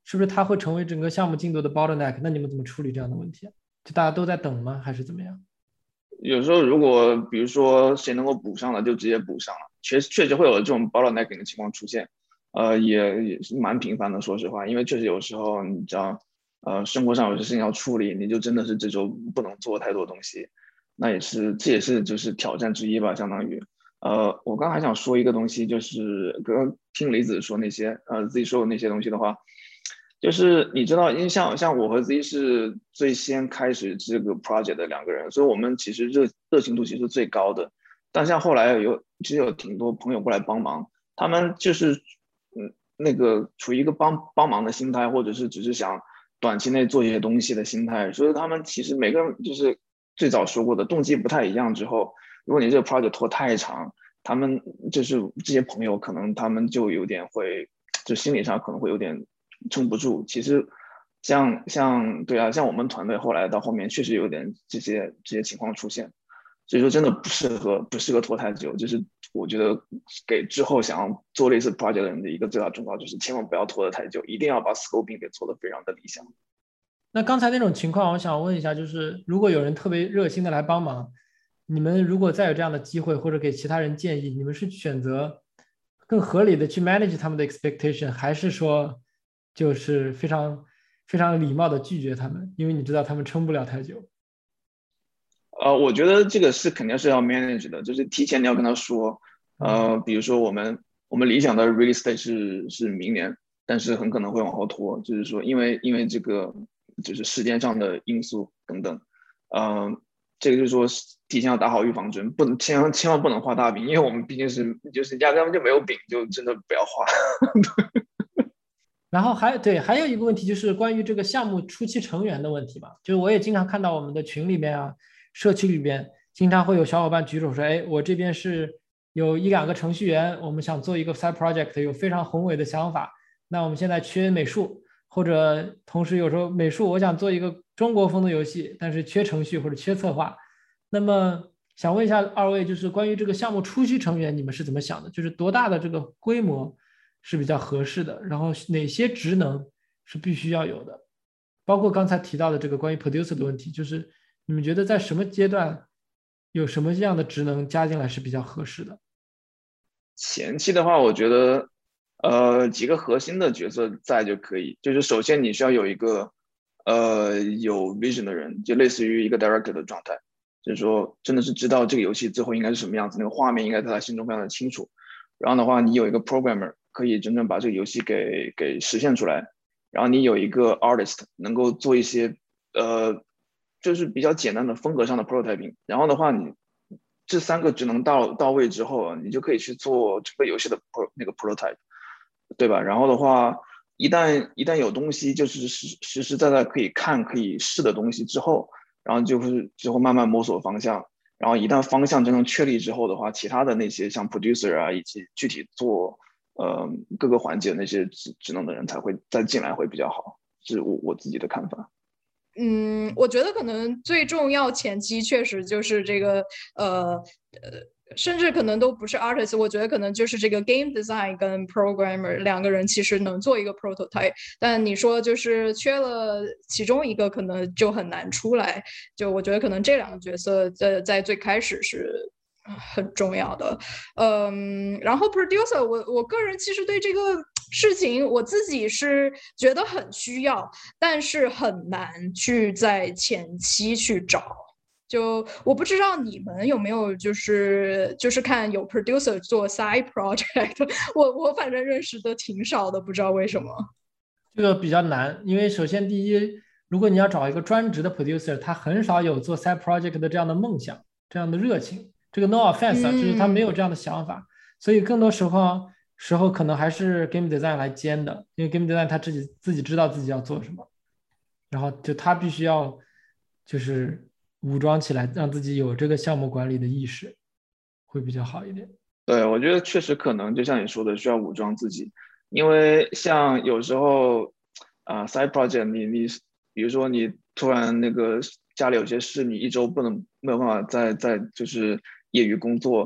是不是它会成为整个项目进度的 bottleneck？ 那你们怎么处理这样的问题？就大家都在等吗？还是怎么样？ 有时候如果比如说谁能够补上了，就直接补上了，确实确实会有这种 bottlenecking 的情况出现，呃，也也是蛮频繁的，说实话，因为确实有时候你知道，呃，生活上有些事情要处理，你就真的是这周不能做太多东西，那也是这也是就是挑战之一吧，相当于。呃，我刚还想说一个东西，就是刚刚听李子说那些，呃，自己说的那些东西的话，就是你知道，因为像像我和 Z 是最先开始这个 project 的两个人，所以我们其实热热情度其实是最高的。但像后来有其实有挺多朋友过来帮忙，他们就是嗯那个处于一个帮帮忙的心态，或者是只是想短期内做一些东西的心态，所以他们其实每个人就是最早说过的动机不太一样之后，如果你这个 project 拖太长，他们就是这些朋友可能他们就有点会就心理上可能会有点撑不住。其实像像对啊，像我们团队后来到后面确实有点这些这些情况出现，所以说真的不适合不适合拖太久。就是我觉得给之后想要做类似 project 的人的一个最大忠告就是千万不要拖得太久，一定要把 scoping 给做得非常的理想。 那刚才那种情况，我想问一下，就是如果有人特别热心的来帮忙，你们如果再有这样的机会，或者给其他人建议，你们是选择更合理的去 manage 他们的 expectation，还是说就是非常非常礼貌的拒绝他们，因为你知道他们撑不了太久。 呃，我觉得这个是肯定是要 manage 的，就是提前你要跟他说，呃，比如说我们我们理想的 release date 是是明年，但是很可能会往后拖，就是说因为因为这个就是时间上的因素等等，嗯、呃，这个就是说提前要打好预防针，不能千万千万不能画大饼，因为我们毕竟是就是压根就没有饼，就真的不要画。 然后还对，还有一个问题就是关于这个项目初期成员的问题吧，就是我也经常看到我们的群里边啊、社区里边，经常会有小伙伴举手说，哎，我这边是有一两个程序员，我们想做一个 side project，有非常宏伟的想法，那我们现在缺美术，或者同时有时候美术我想做一个中国风的游戏，但是缺程序或者缺策划，那么想问一下二位，就是关于这个项目初期成员，你们是怎么想的？就是多大的这个规模？是比较合适的，然后哪些职能是必须要有的，包括刚才提到的这个关于 producer 的问题，就是你们觉得在什么阶段有什么样的职能加进来是比较合适的？ 前期的话，我觉得呃几个核心的角色在就可以，就是首先你需要有一个呃有 vision 的人，就类似于一个 director 的状态，就是说真的是知道这个游戏最后应该是什么样子，那个画面应该在他心中非常的清楚。然后的话，你有一个 programmer 可以真正把这个游戏给给实现出来，然后你有一个 artist 能够做一些呃就是比较简单的风格上的 prototyping，然后的话你这三个职能到到位之后，你就可以去做整个游戏的 pro 那个 prototype，对吧？然后的话，一旦一旦有东西就是实实实在在可以看可以试的东西之后，然后就是之后慢慢摸索方向。然后一旦方向真正确立之后的话，其他的那些像 producer 啊，以及具体做呃各个环节的那些职职能的人才会再进来会比较好，是我我自己的看法。 嗯，我觉得可能最重要前期确实就是这个呃呃，甚至可能都不是 artist，我觉得可能就是这个 game design 跟 programmer 两个人其实能做一个 prototype，但你说就是缺了其中一个，可能就很难出来。就我觉得可能这两个角色在在最开始是很重要的。嗯，然后 producer，我我个人其实对这个事情我自己是觉得很需要，但是很难去在前期去找。就我不知道你们有没有就是就是看有 producer 做 side project，我我反正认识的挺少的，不知道为什么。 这个比较难，因为首先第一，如果你要找一个专职的 producer，他很少有做 side project 的这样的梦想、这样的热情。这个 no offense 啊，就是他没有嗯这样的想法，所以更多时候时候可能还是 game design 来兼的，因为 game design 他自己自己知道自己要做什么，然后就他必须要就是武装起来，让自己有这个项目管理的意识，会比较好一点。 对，我觉得确实可能就像你说的，需要武装自己，因为像有时候啊、呃 side project 你你比如说你突然那个家里有些事，你一周不能没有办法再再就是业余工作，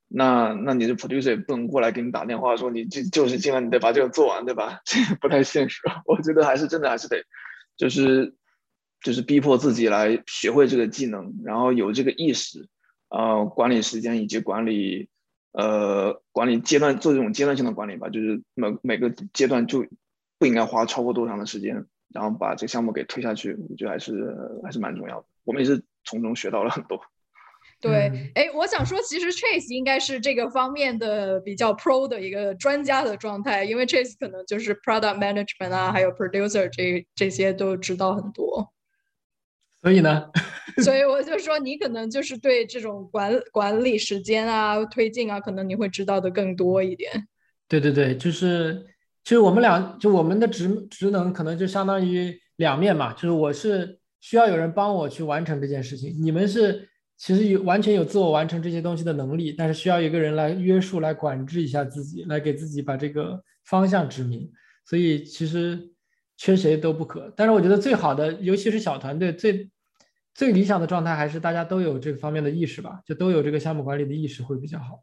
那那你的 producer 也不能过来给你打电话说你就就是今晚你得把这个做完，对吧？这个不太现实。我觉得还是真的还是得就是就是逼迫自己来学会这个技能，然后有这个意识，呃，管理时间以及管理呃管理阶段，做这种阶段性的管理吧，就是每每个阶段就不应该花超过多长的时间，然后把这个项目给推下去，我觉得还是还是蛮重要的。我们也是从中学到了很多。 对，哎，我想说，其实 Chase 应该是这个方面的比较 pro 的一个专家的状态，因为 Chase 可能就是 product management 啊，还有 producer 这这些都知道很多。 所以呢， 所以我就说，你可能就是对这种管管理时间啊、推进啊，可能你会知道的更多一点。 对对对，就是其实我们俩就我们的职职能可能就相当于两面嘛，就是我是需要有人帮我去完成这件事情，你们是其实有完全有自我完成这些东西的能力，但是需要一个人来约束、来管制一下自己，来给自己把这个方向指明。所以其实缺谁都不可。但是我觉得最好的，尤其是小团队，最最理想的状态还是大家都有这方面的意识吧，就都有这个项目管理的意识会比较好。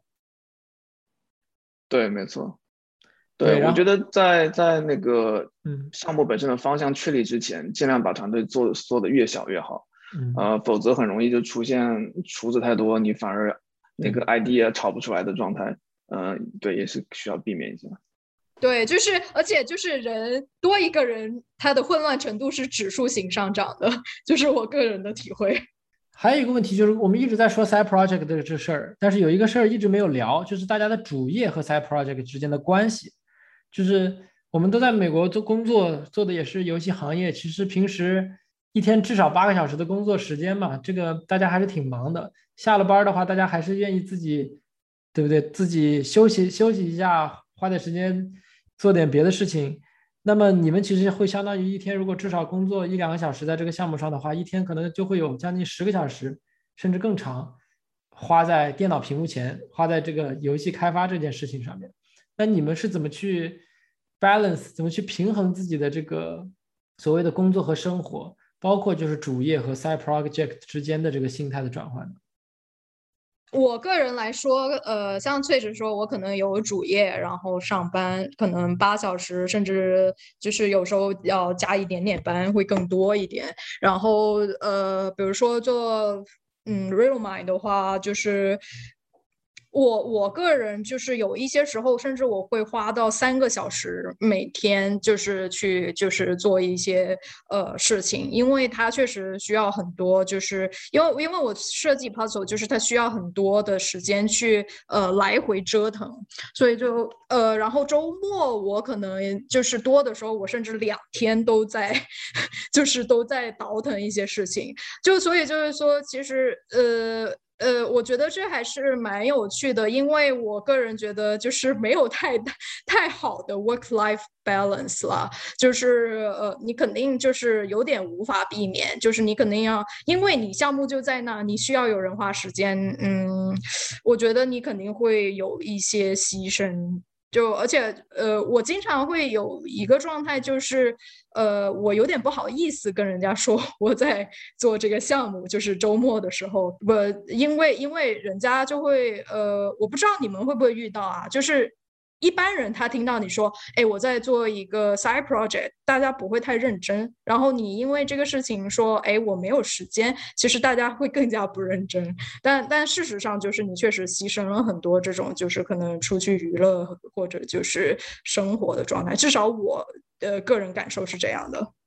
对，没错。 对， 对，我然后觉得在在那个嗯项目本身的方向确立之前，尽量把团队做做得越小越好， 嗯呃，否则很容易就出现厨子太多，你反而那个 idea 炒不出来的状态。嗯、呃，对，也是需要避免一下。 对，就是而且就是人多一个人，他的混乱程度是指数型上涨的，就是我个人的体会。 还有一个问题就是，我们一直在说 side project 的这事儿，但是有一个事儿一直没有聊，就是大家的主业和 side project 之间的关系。就是我们都在美国做工作，做的也是游戏行业，其实平时一天至少八个小时的工作时间嘛，这个大家还是挺忙的。下了班的话，大家还是愿意自己，对不对？自己休息休息一下，花点时间做点别的事情。那么你们其实会相当于一天，如果至少工作一两个小时在这个项目上的话，一天可能就会有将近十个小时，甚至更长，花在电脑屏幕前，花在这个游戏开发这件事情上面。那你们是怎么去 balance， 怎么去平衡自己的这个所谓的工作和生活，包括就是主业和 side project 之间的这个心态的转换呢？ 我个人来说，呃，像翠子说，我可能有主业，然后上班可能八小时，甚至就是有时候要加一点点班，会更多一点。然后呃，比如说做嗯 Realmind 的话，就是我我个人就是有一些时候，甚至我会花到三个小时每天，就是去就是做一些呃事情，因为它确实需要很多，就是因为因为我设计 puzzle，就是它需要很多的时间去呃来回折腾，所以就呃，然后周末我可能就是多的时候，我甚至两天都在就是都在倒腾一些事情，就所以就是说，其实呃。呃，我觉得这还是蛮有趣的，因为我个人觉得就是没有太太好的 work-life balance 了，就是呃，你肯定就是有点无法避免，就是你肯定要，因为你项目就在那，你需要有人花时间，嗯，我觉得你肯定会有一些牺牲。就而且呃，我经常会有一个状态，就是呃，我有点不好意思跟人家说我在做这个项目，就是周末的时候，不，因为因为人家就会呃，我不知道你们会不会遇到啊，就是一般人他听到你说，哎，我在做一个 side project，大家不会太认真，然后你因为这个事情说，哎，我没有时间，其实大家会更加不认真。但但事实上就是你确实牺牲了很多这种就是可能出去娱乐或者就是生活的状态，至少我的个人感受是这样的。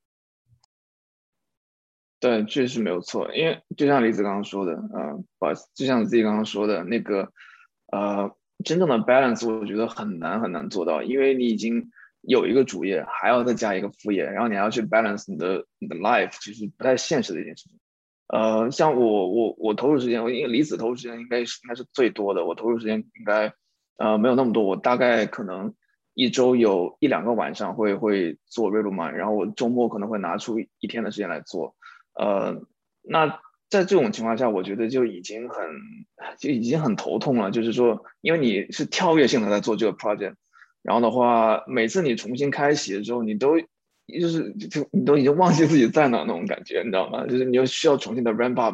对，确实没有错，因为就像李子刚刚说的，呃，不好意思，就像你自己刚刚说的那个，呃，真正的 balance，我觉得很难很难做到，因为你已经有一个主业，还要再加一个副业，然后你还要去 balance 你的你的 life，其实不太现实的一件事情。呃，像我我我投入时间，我因为李子投入时间应该是应该是最多的，我投入时间应该呃没有那么多，我大概可能一周有一两个晚上会会做 Realmind，然后我周末可能会拿出一天的时间来做。呃，那在这种情况下，我觉得就已经很就已经很头痛了。就是说，因为你是跳跃性的在做这个 project，然后的话，每次你重新开启的时候，你都就是就你都已经忘记自己在哪那种感觉，你知道吗？就是你又需要重新的 ramp up，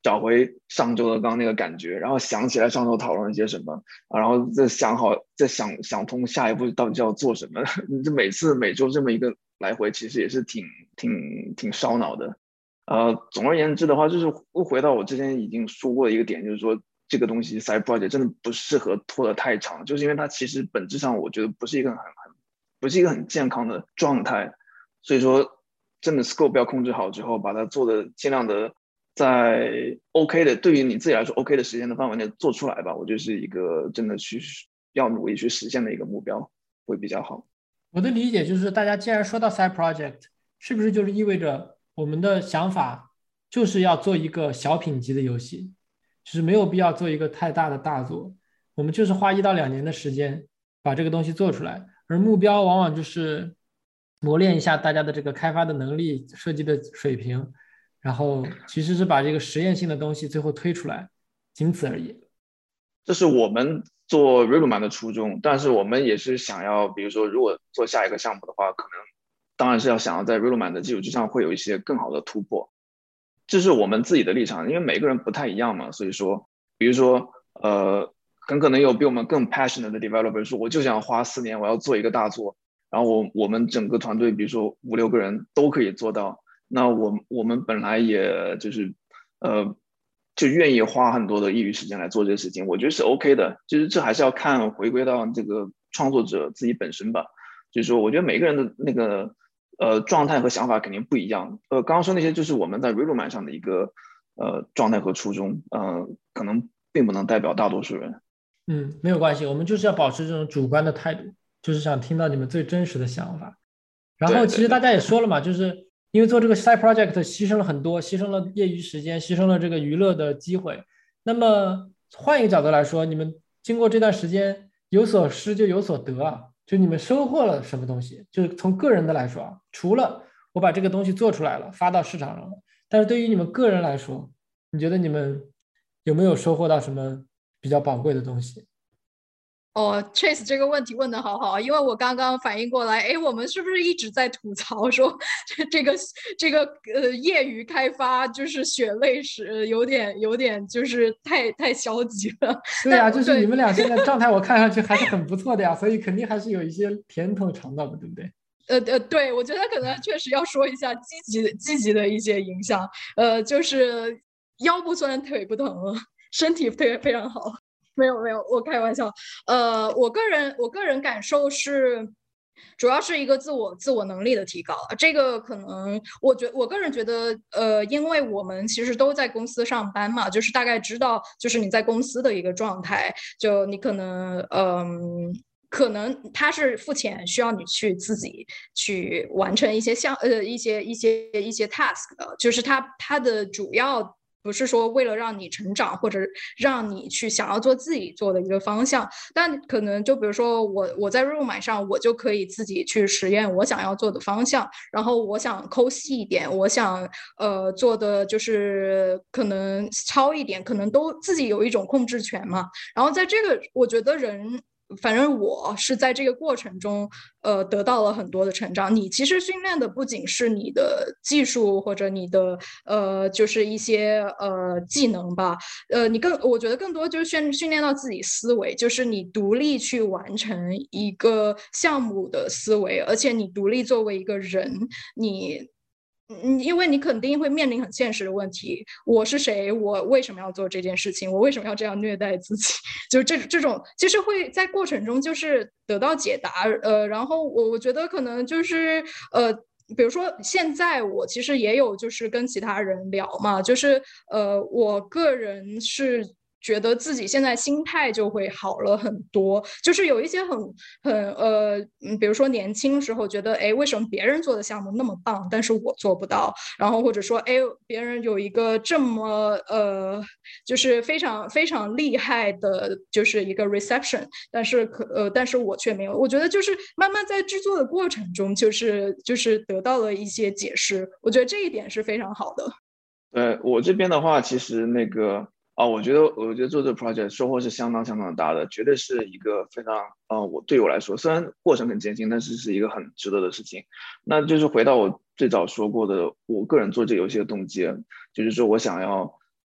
找回上周的刚刚那个感觉，然后想起来上周讨论了些什么，然后再想好，再想想通下一步到底要做什么。你这每次每周这么一个来回，其实也是挺挺挺烧脑的。呃，总而言之的话，就是回到我之前已经说过的一个点，就是说这个东西 side project 真的不适合拖得太长，就是因为它其实本质上我觉得不是一个很很不是一个很健康的状态，所以说真的 scope 要控制好之后，把它做的尽量的在 OK 的，对于你自己来说 OK 的时间的范围内做出来吧，我觉得是一个真的去要努力去实现的一个目标会比较好。 我的理解就是，大家既然说到 side project， 是不是就是意味着我们的想法就是要做一个小品级的游戏，就是没有必要做一个太大的大作，我们就是花一到两年的时间把这个东西做出来，而目标往往就是磨练一下大家的这个开发的能力、设计的水平，然后其实是把这个实验性的东西最后推出来，仅此而已。 这是我们做 Reluman 的初衷，但是我们也是想要，比如说如果做下一个项目的话，可能当然是要想要在 Reluman 的基础之上会有一些更好的突破，这是我们自己的立场，因为每个人不太一样嘛，所以说比如说呃很可能有比我们更 passionate 的 developer 说我就想花四年我要做一个大作，然后我我们整个团队比如说五六个人都可以做到，那我我们本来也就是呃就愿意花很多的业余时间来做这个事情，我觉得是 OK 的，就是这还是要看回归到这个创作者自己本身吧，就是说我觉得每个人的那个呃状态和想法肯定不一样，呃刚刚说那些就是我们在 Reluman 上的一个呃状态和初衷，呃可能并不能代表大多数人。 嗯，没有关系，我们就是要保持这种主观的态度，就是想听到你们最真实的想法。然后其实大家也说了嘛，就是因为做这个 side project 牺牲了很多，牺牲了业余时间，牺牲了这个娱乐的机会。那么换一个角度来说，你们经过这段时间有所失就有所得啊，就你们收获了什么东西？就是从个人的来说啊，除了我把这个东西做出来了，发到市场上了，但是对于你们个人来说，你觉得你们有没有收获到什么比较宝贵的东西？ 哦 ，Chase 这个问题问得好好，因为我刚刚反应过来，哎，我们是不是一直在吐槽说这个这个呃业余开发就是血泪史，有点有点就是太太消极了。 对呀、啊，就是你们俩现在状态我看上去还是很不错的呀，所以肯定还是有一些甜头尝到的，对不对？ 呃呃，对，我觉得可能确实要说一下积极积极的一些影响，呃，就是腰不酸腿不疼了，身体非非常好。没有没有，我开玩笑。呃，我个人我个人感受是，主要是一个自我自我能力的提高。这个可能我觉我个人觉得，呃，因为我们其实都在公司上班嘛，就是大概知道就是你在公司的一个状态，就你可能嗯。可能他是付钱，需要你去自己去完成一些项呃一些一些一些 task 的，就是他他的主要不是说为了让你成长或者让你去想要做自己做的一个方向，但可能就比如说我我在入买上我就可以自己去实验我想要做的方向，然后我想抠细一点，我想呃做的就是可能糙一点，可能都自己有一种控制权嘛。然后在这个我觉得人。反正我是在这个过程中，呃，得到了很多的成长。你其实训练的不仅是你的技术或者你的呃，就是一些呃技能吧，呃，你更我觉得更多就是训训练到自己思维，就是你独立去完成一个项目的思维，而且你独立作为一个人，你。嗯，因为你肯定会面临很现实的问题，我是谁？我为什么要做这件事情？我为什么要这样虐待自己？就这这种，其实会在过程中就是得到解答。呃，然后我我觉得可能就是呃，比如说现在我其实也有就是跟其他人聊嘛，就是呃，我个人是。觉得自己现在心态就会好了很多，就是有一些很很呃，嗯，比如说年轻时候觉得，哎，为什么别人做的项目那么棒，但是我做不到？然后或者说，哎，别人有一个这么呃，就是非常非常厉害的，就是一个 reception， 但是可呃，但是我却没有。我觉得就是慢慢在制作的过程中，就是就是得到了一些解释，我觉得这一点是非常好的。 对，我这边的话，其实那个啊，我觉得我觉得做这个 project 收获是相当相当大的，绝对是一个非常呃，我对我来说，虽然过程很艰辛，但是是一个很值得的事情。那就是回到我最早说过的，我个人做这个游戏的动机，就是说我想要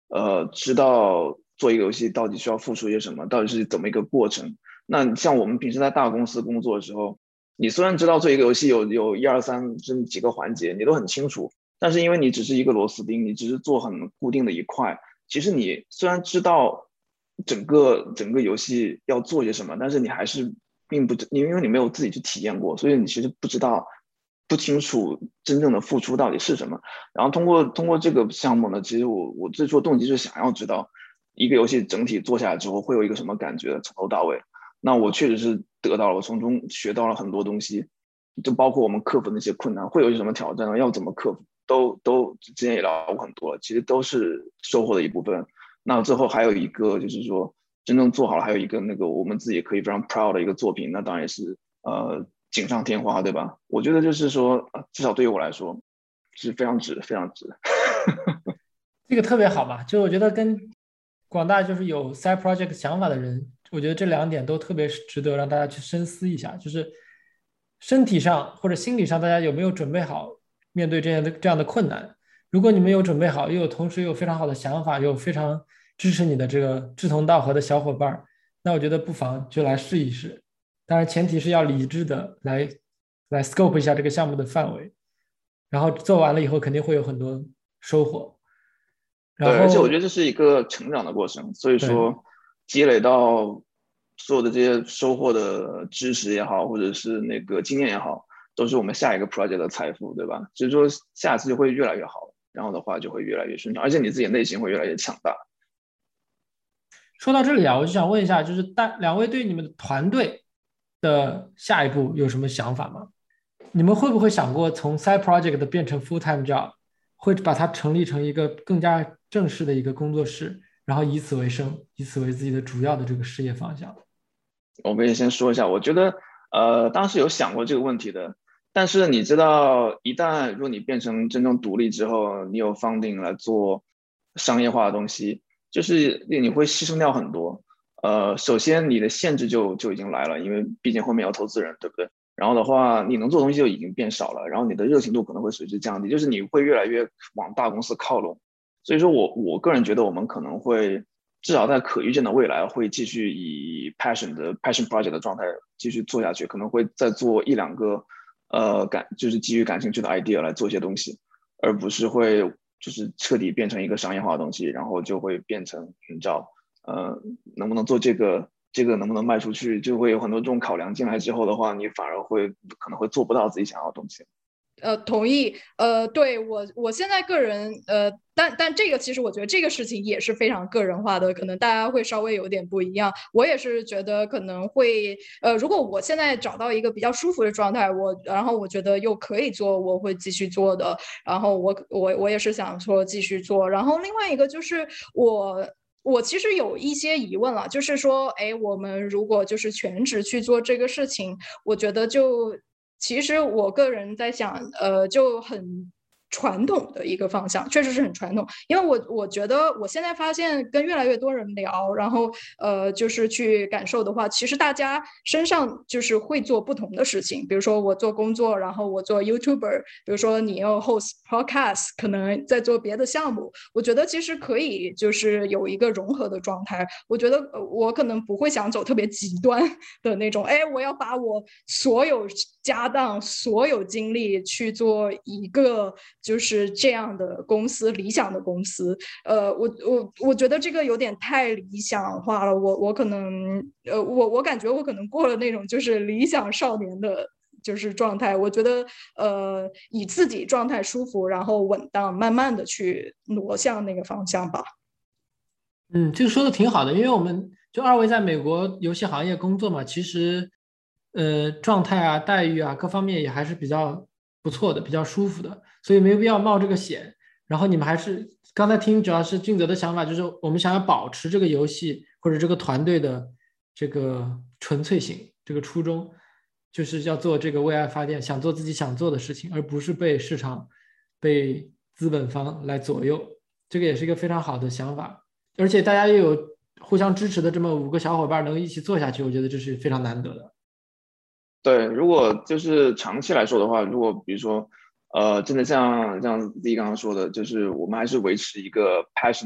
呃知道做一个游戏到底需要付出些什么，到底是怎么一个过程。那像我们平时在大公司工作的时候，你虽然知道做一个游戏有有一二三这么几个环节，你都很清楚，但是因为你只是一个螺丝钉，你只是做很固定的一块，其实你虽然知道整个整个游戏要做些什么，但是你还是并不知，因为你没有自己去体验过，所以你其实不知道不清楚真正的付出到底是什么。然后通过通过这个项目呢，其实我我最初的动机是想要知道一个游戏整体做下来之后会有一个什么感觉，从头到尾。那我确实是得到了，我从中学到了很多东西，就包括我们克服那些困难，会有些什么挑战呢？要怎么克服，都都之前也聊过很多，其实都是收获的一部分。那最后还有一个就是说，真正做好了，还有一个那个我们自己可以非常 proud 的一个作品，那当然也是呃锦上添花，对吧？我觉得就是说，至少对于我来说是非常值，非常值。 这个特别好嘛，就我觉得跟广大就是有 side project 想法的人，我觉得这两点都特别值得让大家去深思一下，就是身体上或者心理上，大家有没有准备好面对这样的这样的困难？如果你们有准备好，又有同时有非常好的想法，有非常支持你的这个志同道合的小伙伴，那我觉得不妨就来试一试。当然，前提是要理智的来来 scope 一下这个项目的范围，然后做完了以后肯定会有很多收获。 对， 然后而且我觉得这是一个成长的过程，所以对说积累到所有的这些收获的知识也好，或者是那个经验也好，都是我们下一个 project 的财富，对吧？所以说下次就会越来越好，然后的话就会越来越顺畅，而且你自己内心会越来越强大。 说到这里啊，我就想问一下，就是大两位对你们的团队的下一步有什么想法吗？你们会不会想过从 side project 的变成 full time job，会把它成立成一个更加正式的一个工作室，然后以此为生，以此为自己的主要的这个事业方向？ 我可以先说一下，我觉得呃当时有想过这个问题的，但是你知道，一旦如果你变成真正独立之后，你有 funding 来做商业化的东西，就是你会牺牲掉很多。呃，首先你的限制就就已经来了，因为毕竟后面有投资人，对不对？然后的话，你能做的东西就已经变少了，然后你的热情度可能会随之降低，就是你会越来越往大公司靠拢。所以说我我个人觉得我们可能会至少在可预见的未来会继续以 passion 的 passion project 的状态继续做下去，可能会再做一两个呃感就是基于感兴趣的 idea 来做一些东西，而不是会就是彻底变成一个商业化的东西，然后就会变成你知道呃能不能做这个这个能不能卖出去，就会有很多这种考量进来之后的话，你反而会可能会做不到自己想要的东西。 呃，同意。呃，对我，我现在个人，呃，但但这个其实我觉得这个事情也是非常个人化的，可能大家会稍微有点不一样。我也是觉得可能会，呃，如果我现在找到一个比较舒服的状态，我然后我觉得又可以做，我会继续做的。然后我我我也是想说继续做。然后另外一个就是我。我其实有一些疑问了，就是说，哎，我们如果就是全职去做这个事情，我觉得就其实我个人在想，呃，就很传统的一个方向，确实是很传统。因为我我觉得我现在发现跟越来越多人聊，然后呃，就是去感受的话，其实大家身上就是会做不同的事情。比如说我做工作，然后我做 YouTuber，比如说你要 host podcast，可能在做别的项目。我觉得其实可以就是有一个融合的状态。我觉得我可能不会想走特别极端的那种，哎，我要把我所有家当、所有精力去做一个就是这样的公司，理想的公司。呃，我我我觉得这个有点太理想化了。我我可能呃，我我感觉我可能过了那种就是理想少年的。就是状态，我觉得，呃，以自己状态舒服，然后稳当，慢慢的去挪向那个方向吧。 嗯，这个说的挺好的，因为我们就二位在美国游戏行业工作嘛，其实呃状态啊、待遇啊各方面也还是比较不错的，比较舒服的，所以没有必要冒这个险。然后你们还是刚才听，主要是俊泽的想法，就是我们想要保持这个游戏或者这个团队的这个纯粹性，这个初衷，就是要做这个为爱发电，想做自己想做的事情，而不是被市场、被资本方来左右。这个也是一个非常好的想法。而且大家又有互相支持的这么五个小伙伴能一起做下去，我觉得这是非常难得的。 对，如果就是长期来说的话，如果比如说，呃，真的像像 Z 刚刚说的，就是我们还是维持一个 passion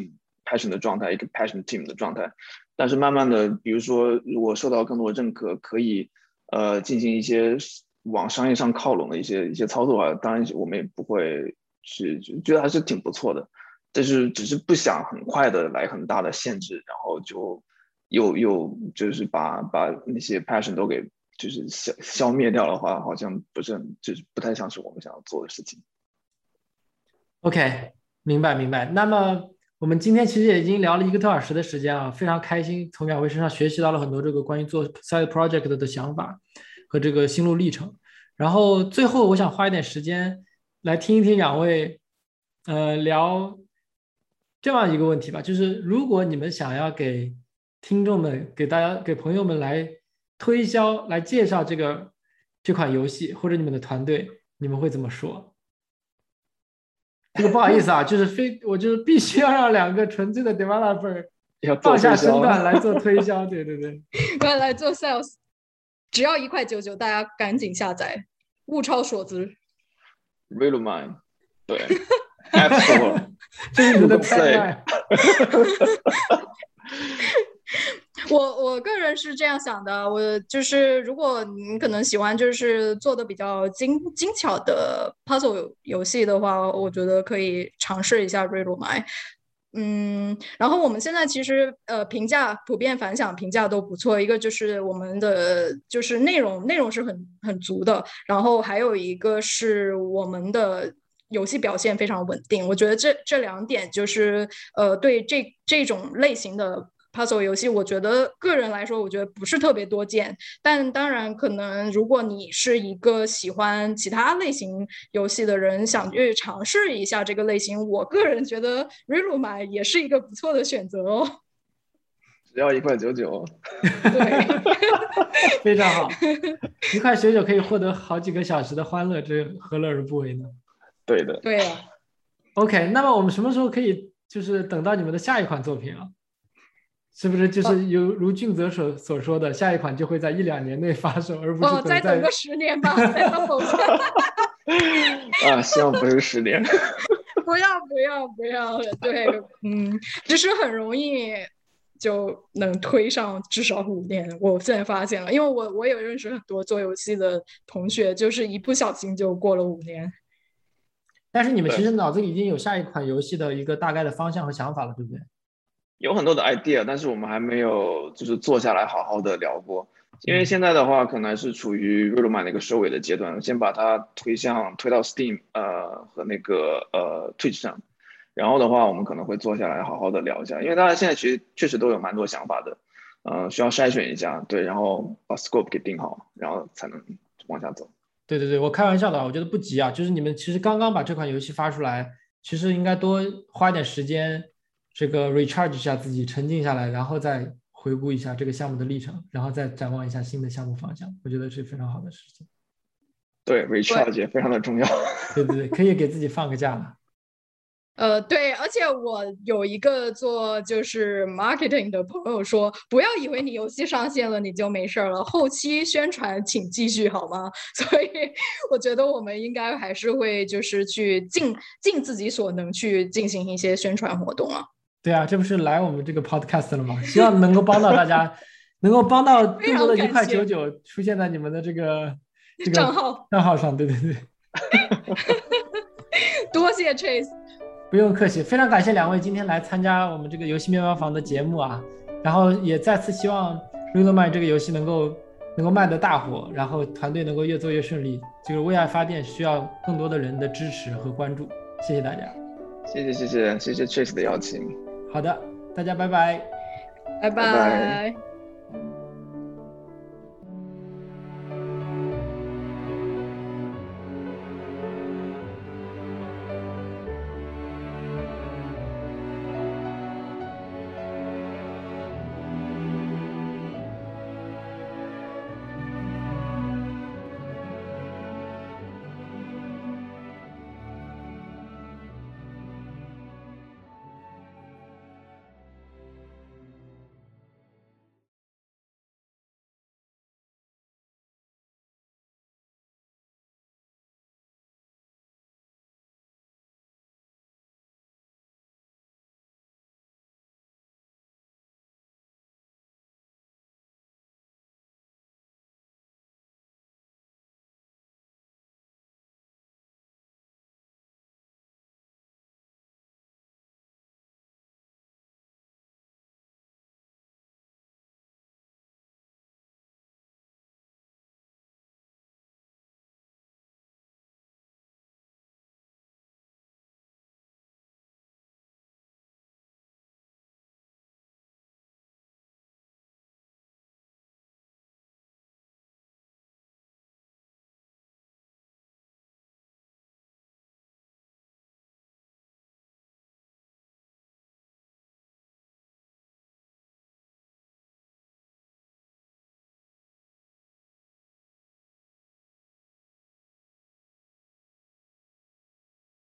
passion 的状态，一个 passion team 的状态。但是慢慢的，比如说如果受到更多的认可，可以呃进行一些往商业上靠拢的一些一些操作啊，当然我们也不会去觉得还是挺不错的，但是只是不想很快的来很大的限制，然后就又又就是把把那些 passion 都给就是消消灭掉的话，好像不是很就是不太像是我们想要做的事情。 OK， 明白明白。那么我们今天其实也已经聊了一个多小时的时间啊，非常开心，从两位身上学习到了很多这个关于做 side project 的想法和这个心路历程。然后最后我想花一点时间来听一听两位呃聊这样一个问题吧，就是如果你们想要给听众们、给大家、给朋友们来推销、来介绍这个这款游戏或者你们的团队，你们会怎么说？这个不好意思啊，就是非我就是必须要让两个纯粹的 developer 放下身段来做推销，对对对， 来来做 sales， 只要一块九九，大家赶紧下载，物超所值。 Realmind， 对，App Store， 这是你们的 tagline。 我我个人是这样想的，我就是如果你可能喜欢就是做的比较精精巧的 puzzle 游戏的话，我觉得可以尝试一下 Realmind。嗯，然后我们现在其实呃评价普遍反响评价都不错，一个就是我们的就是内容内容是很很足的，然后还有一个是我们的游戏表现非常稳定，我觉得这这两点就是呃对这这种类型的puzzle 游戏，我觉得个人来说，我觉得不是特别多见。但当然，可能如果你是一个喜欢其他类型游戏的人，想去尝试一下这个类型，我个人觉得 Realmind 也是一个不错的选择哦。 只要一块九九， 对， 非常好，一块九九可以获得好几个小时的欢乐，这何乐而不为呢？ 对的， 对啊。 OK， 那么我们什么时候可以就是等到你们的下一款作品啊？是不是就是有如俊泽所所说的，下一款就会在一两年内发售，而不是哦，再等个十年吧，再等否下。 啊，希望不是十年。 不要不要不要，对，嗯，就是很容易就能推上至少五年。我现在发现了，因为我我也认识很多做游戏的同学，就是一不小心就过了五年。 但是你们其实脑子里已经有下一款游戏的一个大概的方向和想法了，对不对？ 有很多的 idea， 但是我们还没有就是坐下来好好的聊过。因为现在的话，可能是处于 Realmind 的一个收尾的阶段，先把它推向推到 Steam 呃和那个呃 Twitch 上，然后的话，我们可能会坐下来好好的聊一下。因为大家现在其实确实都有蛮多想法的，呃，需要筛选一下，对，然后把 scope 给定好，然后才能往下走。 对对对，我开玩笑的，我觉得不急啊，就是你们其实刚刚把这款游戏发出来，其实应该多花一点时间。这个 recharge 一下自己，沉静下来，然后再回顾一下这个项目的历程，然后再展望一下新的项目方向，我觉得是非常好的事情。 对 ，recharge 也非常的重要。 对对对，可以给自己放个假了。 呃，对，而且我有一个做就是 marketing 的朋友说，不要以为你游戏上线了你就没事了，后期宣传请继续好吗？所以我觉得我们应该还是会就是去尽尽自己所能去进行一些宣传活动啊。 对啊，这不是来我们这个 podcast 了吗？希望能够帮到大家，能够帮到更多的一块九九出现在你们的这个这个账号账号上。对对对， 多谢 Chase。 不用客气，非常感谢两位今天来参加我们这个游戏面包房的节目啊，然后也再次希望 Realmind 这个游戏能够能够卖得大火，然后团队能够越做越顺利。这个为爱发电需要更多的人的支持和关注，谢谢大家。 谢谢谢谢谢谢 Chase 的邀请。 好的，大家拜拜， 拜拜。拜拜。